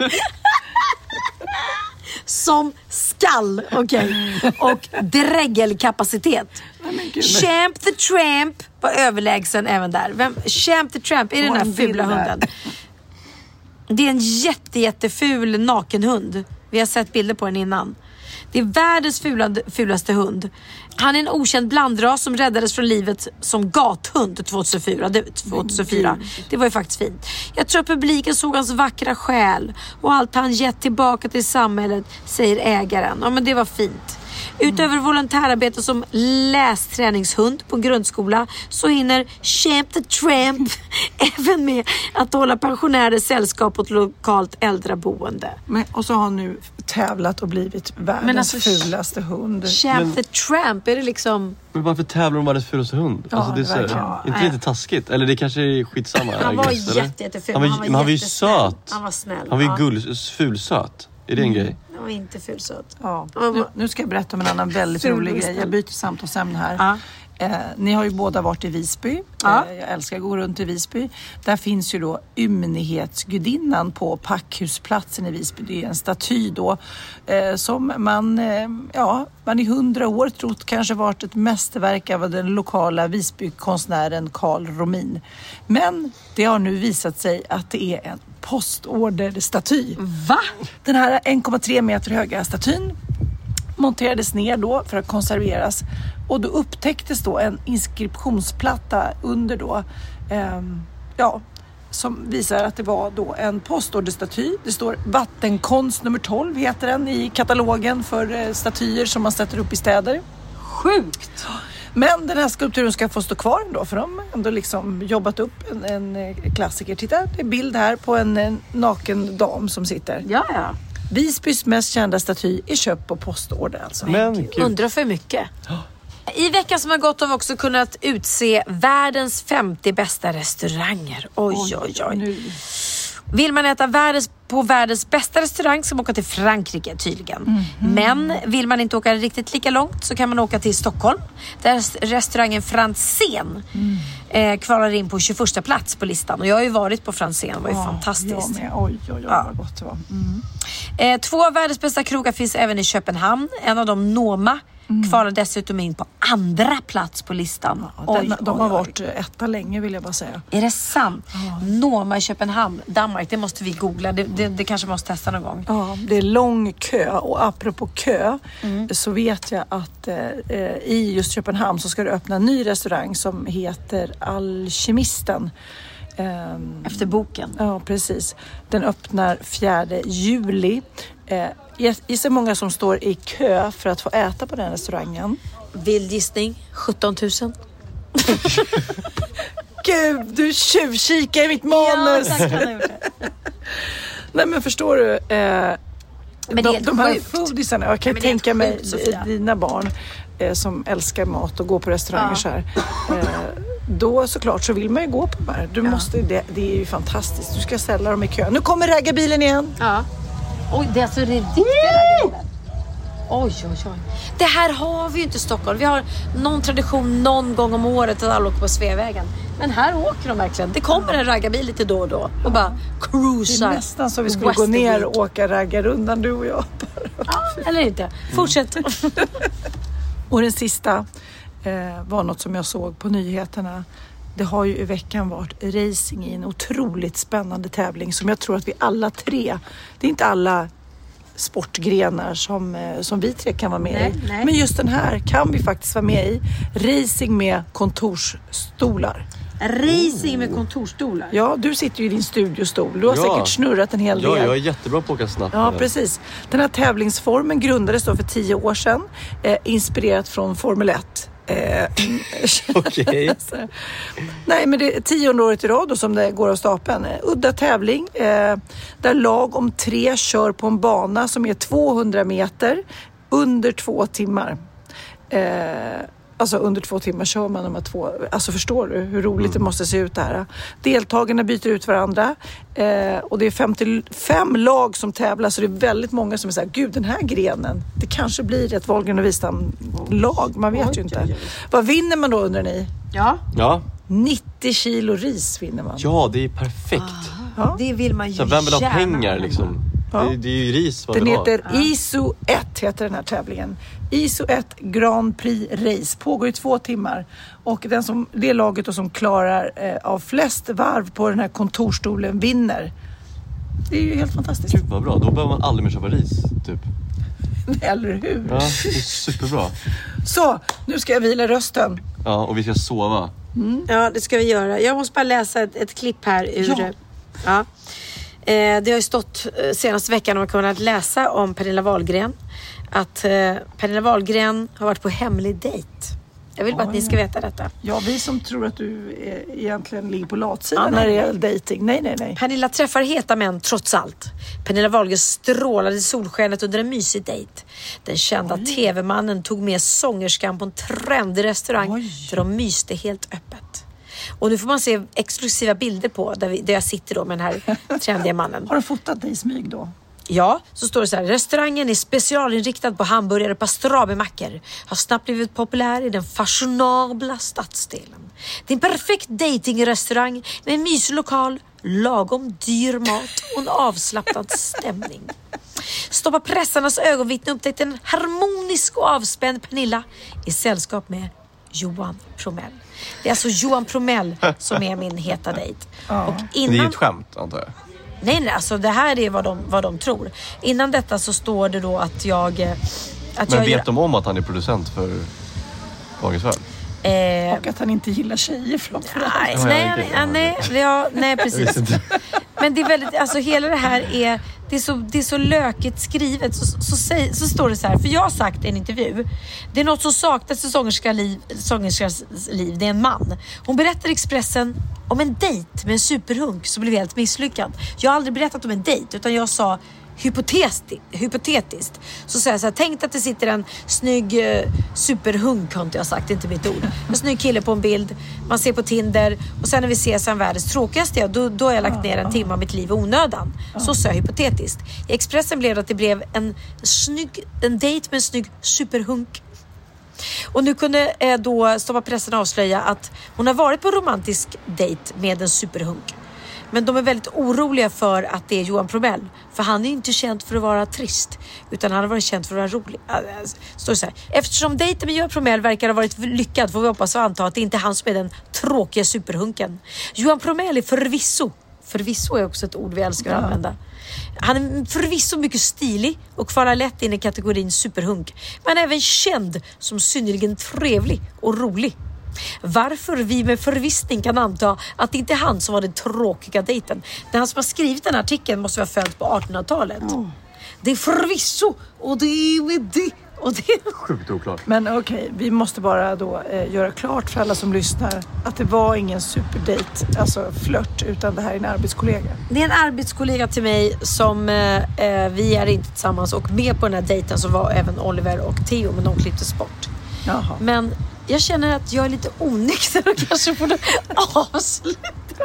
som skall, okej. Okay. Och drägelkapacitet. Champ the Tramp var överlägsen även där. Vem? Champ the Tramp är den här fula hunden. Det är en jätte, jätteful nakenhund. Vi har sett bilder på den innan. Det är världens fulad, fulaste hund. Han är en okänd blandras som räddades från livet som gathund tjugohundrafyra. Det, tjugohundrafyra. Det var ju faktiskt fint. Jag tror att publiken såg hans vackra själ och allt han gett tillbaka till samhället, säger ägaren. Ja, men det var fint. Utöver volontärarbete som lästräningshund på grundskola så hinner Champ the Tramp även med att hålla pensionärers sällskap på ett lokalt äldreboende. Men, och så har han nu tävlat och blivit världens alltså, fulaste hund. Champ men, the Tramp, är det liksom... Men varför tävlar de världens fulaste hund? Ja, alltså, det är så, ja, inte lite taskigt? Eller det kanske är skitsamma. Han var guess, jätte, jätteful. Han var, han var, men han var ju söt. Han var snäll. Han var ju ja. gull, fulsöt. Är det en grej? Han var inte fulsöt. Ja. Nu, nu ska jag berätta om en annan väldigt rolig grej. Jag byter samtalsämne här. Ja. Eh, ni har ju båda varit i Visby. Ja. Eh, jag älskar att gå runt i Visby. Där finns ju då ymnighetsgudinnan på Packhusplatsen i Visby. Det är en staty då eh, som man, eh, ja, man i hundra år trott kanske varit ett mästerverk av den lokala Visbykonstnären Carl Romin. Men det har nu visat sig att det är en postorderstaty. Va? Den här en komma tre meter höga statyn monterades ner då för att konserveras Och då upptäcktes då en inskriptionsplatta under då, eh, ja, som visar att det var då en postorderstaty. Det står vattenkonst nummer tolv heter den i katalogen för eh, statyer som man sätter upp i städer. Sjukt! Men den här skulpturen ska få stå kvar ändå, för de har ändå liksom jobbat upp en, en klassiker. Titta, det är en bild här på en, en naken dam som sitter. Ja, ja. Visbys mest kända staty är köpt på postorder alltså. Men Undrar för mycket. I veckan som har gått har vi också kunnat utse världens femtio bästa restauranger. Oj, oj, oj. Nu. Vill man äta världens, på världens bästa restaurang så man åka till Frankrike tydligen. Mm. Men vill man inte åka riktigt lika långt så kan man åka till Stockholm. Där restaurangen Franzén mm. eh, kvalar in på tjugoförsta plats på listan. Och jag har ju varit på Franzén, det var ju ja, fantastiskt. Oj, oj, oj, ja. Vad gott det var. Mm. Eh, två av världens bästa krogar finns även i Köpenhamn. En av dem, Noma, Mm. kvalar dessutom in på andra plats på listan. Ja, oj, den, de har oj, varit etta länge vill jag bara säga. Är det sant? Ja. Noma i Köpenhamn, Danmark, det måste vi googla. Det, det, det kanske måste testa någon gång. Ja, det är lång kö. Och apropå kö mm. så vet jag att eh, i just Köpenhamn så ska det öppna en ny restaurang som heter Alkemisten. Um, Efter boken. Ja, precis. Den öppnar fjärde juli. Eh, Gissa många som står i kö för att få äta på den restaurangen. Vild gissning, sjutton tusen. Gud, du tjuvkikar i mitt manus. Ja, nej, men förstår du? Eh, men de, de här foodisarna, jag kan ja, tänka mig sjukt, dina barn eh, som älskar mat och går på restauranger ja. så här. Eh, då såklart så vill man ju gå på de här. Du ja. måste, det, det är ju fantastiskt. Du ska ställa dem i kö. Nu kommer raggarbilen igen. Ja. Oj, det är alltså det riktiga raggarbilen. Oj, oj, oj. Det här har vi ju inte i Stockholm. Vi har någon tradition någon gång om året att alla åker på Sveavägen. Men här åker de verkligen. Det kommer en raggarbil lite då och då. Och bara cruisar. Det är nästan så vi skulle West gå ner och åka raggarrundan, du och jag. Ja, eller inte. Fortsätt. Och den sista eh, var något som jag såg på nyheterna. Det har ju i veckan varit racing i en otroligt spännande tävling som jag tror att vi alla tre, det är inte alla sportgrenar som, som vi tre kan vara med nej, i. Nej. Men just den här kan vi faktiskt vara med i. Racing med kontorsstolar. Racing med kontorsstolar? Ja, du sitter ju i din studiostol. Du har ja. säkert snurrat en hel del. Ja, jag är jättebra på att åka snabbt. Ja, precis. Den här tävlingsformen grundades då för tio år sedan. Eh, inspirerat från Formel ett. Eh, Okej. Okay. Nej, men det är tionde året i rad då som det går av stapeln. Udda tävling eh, där lag om tre kör på en bana som är tvåhundra meter under två timmar. Eh, alltså under två timmar kör man de här två. Alltså förstår du hur roligt mm. det måste se ut där. Deltagarna byter ut varandra eh, och det är femtiofem lag som tävlar, så det är väldigt många som är så här, gud den här grenen, det kanske blir ett Wahlgren och Wistam lag, man vet oj, ju inte. Oj, oj. Vad vinner man då undrar ni? Ja. Ja. nittio kilo ris vinner man. Ja, det är perfekt. Ja. Det vill man ju. Så vem vill ha pengar liksom? Ja. Det, det är ju ris man den vill heter ha. I S O ett heter den här tävlingen. I S O ett Grand Prix Race pågår i två timmar. Och den som, det laget då som klarar eh, av flest varv på den här kontorstolen vinner. Det är ju helt fantastiskt. Gud vad bra, då behöver man aldrig mer köpa ris typ. Eller hur? Ja, det är superbra. Så, nu ska jag vila rösten. Ja, och vi ska sova. Mm. Ja, det ska vi göra. Jag måste bara läsa ett, ett klipp här ur... Ja. ja. Eh, det har ju stått eh, senaste veckan och man kunnat läsa om Pernilla Wahlgren. Att eh, Pernilla Wahlgren har varit på hemlig dejt. Jag vill bara oh, att ni ska veta detta. Ja, vi som tror att du är, egentligen ligger på latsidan ja, när det gäller dejting. Nej, nej, nej. Pernilla träffar heta män trots allt. Pernilla Wahlgren strålade i solskenet under en mysig dejt. Den kända Oj. tv-mannen tog med sångerskan på en trendig restaurang Oj. där de myste helt öppet. Och nu får man se exklusiva bilder på där, vi, där jag sitter då med den här trendiga mannen. Har du fotat dig i smyg då? Ja, så står det så här. Restaurangen är specialinriktad på hamburgare och pastramimackor. Har snabbt blivit populär i den fashionabla stadsdelen. Det är en perfekt datingrestaurang med en mysig lokal, lagom dyr mat och en avslappnad stämning. Stoppa pressarnas ögonvittne upptäckte en harmonisk och avspänd Pernilla i sällskap med Johan Promell. Det är alltså Johan Promell som är min heta dejt. Ja. Och innan... Det är ett skämt, antar jag. Nej, nej, alltså det här är vad de, vad de tror. Innan detta så står det då att jag... Att Men jag vet gör... de om att han är producent för Dagens Värld. Eh, och att han inte gillar tjejer framförallt. Nej, nej, nej, nej, ja, nej precis. Men det är väldigt, alltså hela det här är det är så, det är så lökigt skrivet. Så, så, så, så står det så här, för jag har sagt i en intervju, det är något som saknas i sångerskas liv, sångerskas liv, det är en man. Hon berättar i Expressen om en dejt med en superhunk som blev helt misslyckad. Jag har aldrig berättat om en dejt, utan jag sa hypotetiskt, hypotetiskt. Så säger jag så här, tänk att det sitter en snygg eh, superhunk, har inte jag sagt, inte mitt ord. En snygg kille på en bild, man ser på Tinder, och sen när vi ses en världens tråkigaste, då, då har jag lagt ner en timme av mitt liv i onödan. Så sa jag hypotetiskt. I Expressen blev det att det blev en snygg, en dejt med en snygg superhunk. Och nu kunde eh, då Stoppa pressen avslöja att hon har varit på romantisk dejt med en superhunk. Men de är väldigt oroliga för att det är Johan Promell. För han är inte känd för att vara trist, utan han har varit känd för att vara rolig. Står så här. Eftersom dejten med Johan Promell verkar ha varit lyckad, får vi hoppas och anta att det inte är han som är den tråkiga superhunken. Johan Promell är förvisso, förvisso är också ett ord vi älskar att ja. använda. Han är förvisso mycket stilig och faller lätt in i kategorin superhunk. Men även känd som synnerligen trevlig och rolig. Varför vi med förvissning kan anta att det inte är han som var den tråkiga dejten. Den han som har skrivit den här artikeln måste vara född på artonhundratalet. Oh. Det är förvisso och det är med det. Och det är sjukt oklart. Men okej, okay, vi måste bara då eh, göra klart för alla som lyssnar att det var ingen superdejt, alltså flört, utan det här är en arbetskollega. Det är en arbetskollega till mig som eh, vi är inte tillsammans, och med på den här dejten så var även Oliver och Theo, men de klipptes bort. Jaha. Men jag känner att jag är lite onykter och kanske får avsluta.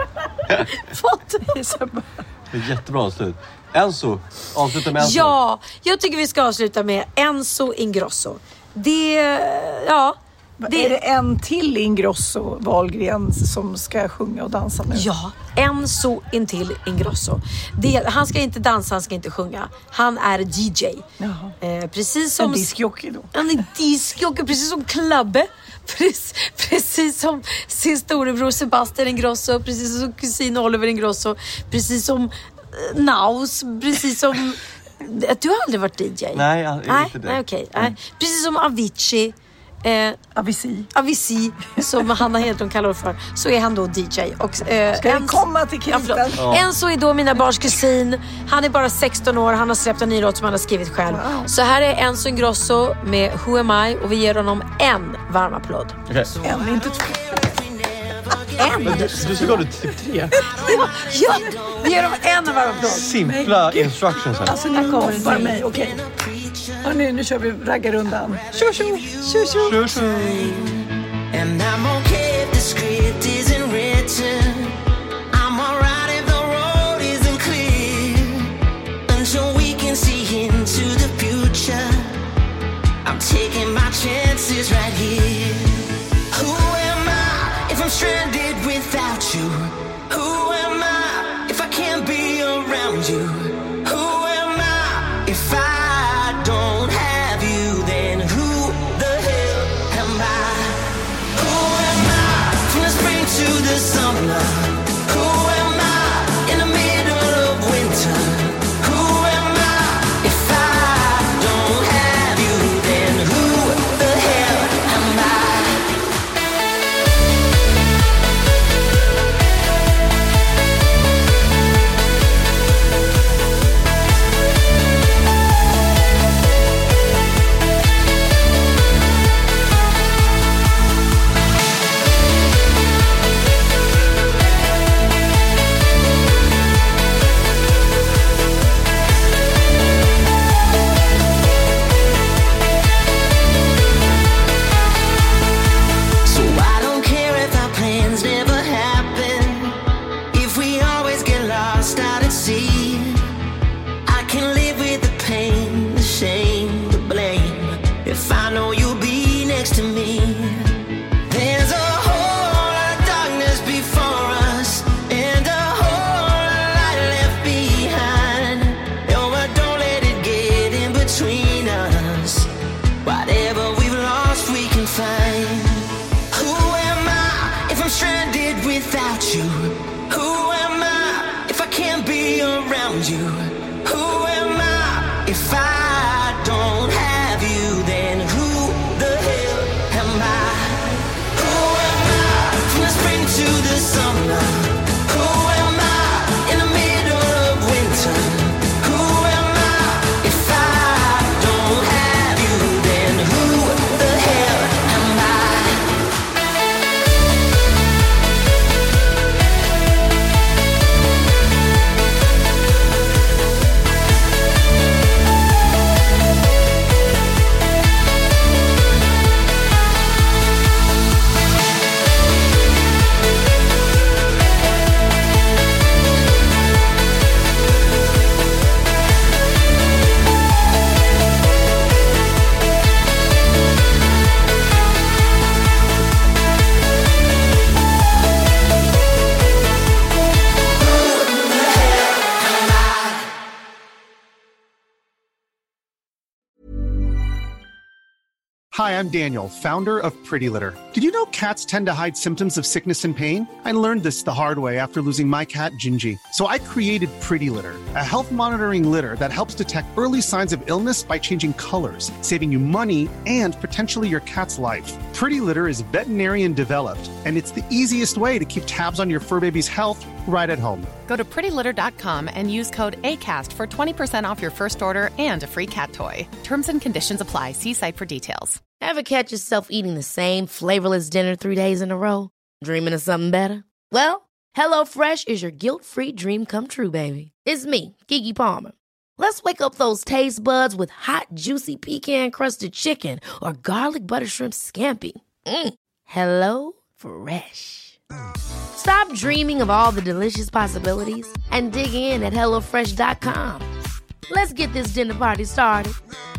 Det är jättebra avslut. Enzo, avsluta med Enzo. Ja, jag tycker vi ska avsluta med Enzo Ingrosso. Det, ja... Det... Är det en till Ingrosso Wahlgren som ska sjunga och dansa nu? Ja, Enzo in till Ingrosso. Det, han ska inte dansa, han ska inte sjunga. Han är D J. Eh, precis som... En diskjockey då. Han är diskjockey, precis som Klabbe. Precis, precis som sin storebror Sebastian Ingrosso. Precis som kusin Oliver Ingrosso. Precis som eh, Naus. Precis som... Du har aldrig varit D J? Nej, jag, nej inte det. Nej, okej. Okay. Mm. Precis som Avicii. Eh, Avicii. Avicii, som Hanna Hedlund kallar för, så är han då D J. Och, eh, Ska en, komma till kritan? Ja, en så är då mina barns kusin. Han är bara sexton år, han har släppt en ny låt som han har skrivit själv. Wow. Så här är Enzo Ingrosso med Who Am I, och vi ger honom en varm applåd. Okay. En, inte två. En? Men du, du ska gå till typ tre. Ja, ja, vi ger dem en varm applåd. Simpla instructions här. Alltså nu kommer det bara mig, okej. Okay. Nu, nu kör vi raggarundan. Tjo tjo, tjo tjo. Tjo tjo. And I'm okay if the script isn't written. I'm alright if the road isn't clear. Until we can see into the future, I'm taking my chances right here. Who am I if I'm stranded without you? Who am I if I can't be around you? Who am I if I don't have you? Then who the hell am I? Who am I from the spring to the summer? Who am I in the middle of winter? Who am I if I don't have you? Then who the hell am I? So I don't care if our plans never happen, if we always get lost out at sea. I can live with the pain, the shame, the blame, if I know you'll be next to me. There's a whole lot of darkness before us, and a whole lot of light left behind. Oh, but don't let it get in between us. Whatever we've lost, we can find. Who am I if I'm stranded without you? Who am I if I can't be around you? Who am I if I don't have you? Then who the hell am I? Hi, I'm Daniel, founder of Pretty Litter. Did you know cats tend to hide symptoms of sickness and pain? I learned this the hard way after losing my cat, Gingy. So I created Pretty Litter, a health monitoring litter that helps detect early signs of illness by changing colors, saving you money and potentially your cat's life. Pretty Litter is veterinarian developed, and it's the easiest way to keep tabs on your fur baby's health right at home. Go to pretty litter dot com and use code ACAST for twenty percent off your first order and a free cat toy. Terms and conditions apply. See site for details. Ever catch yourself eating the same flavorless dinner three days in a row? Dreaming of something better? Well, HelloFresh is your guilt-free dream come true, baby. It's me, Keke Palmer. Let's wake up those taste buds with hot, juicy pecan-crusted chicken or garlic butter shrimp scampi. Mm. Hello Fresh. Stop dreaming of all the delicious possibilities and dig in at hello fresh dot com. Let's get this dinner party started.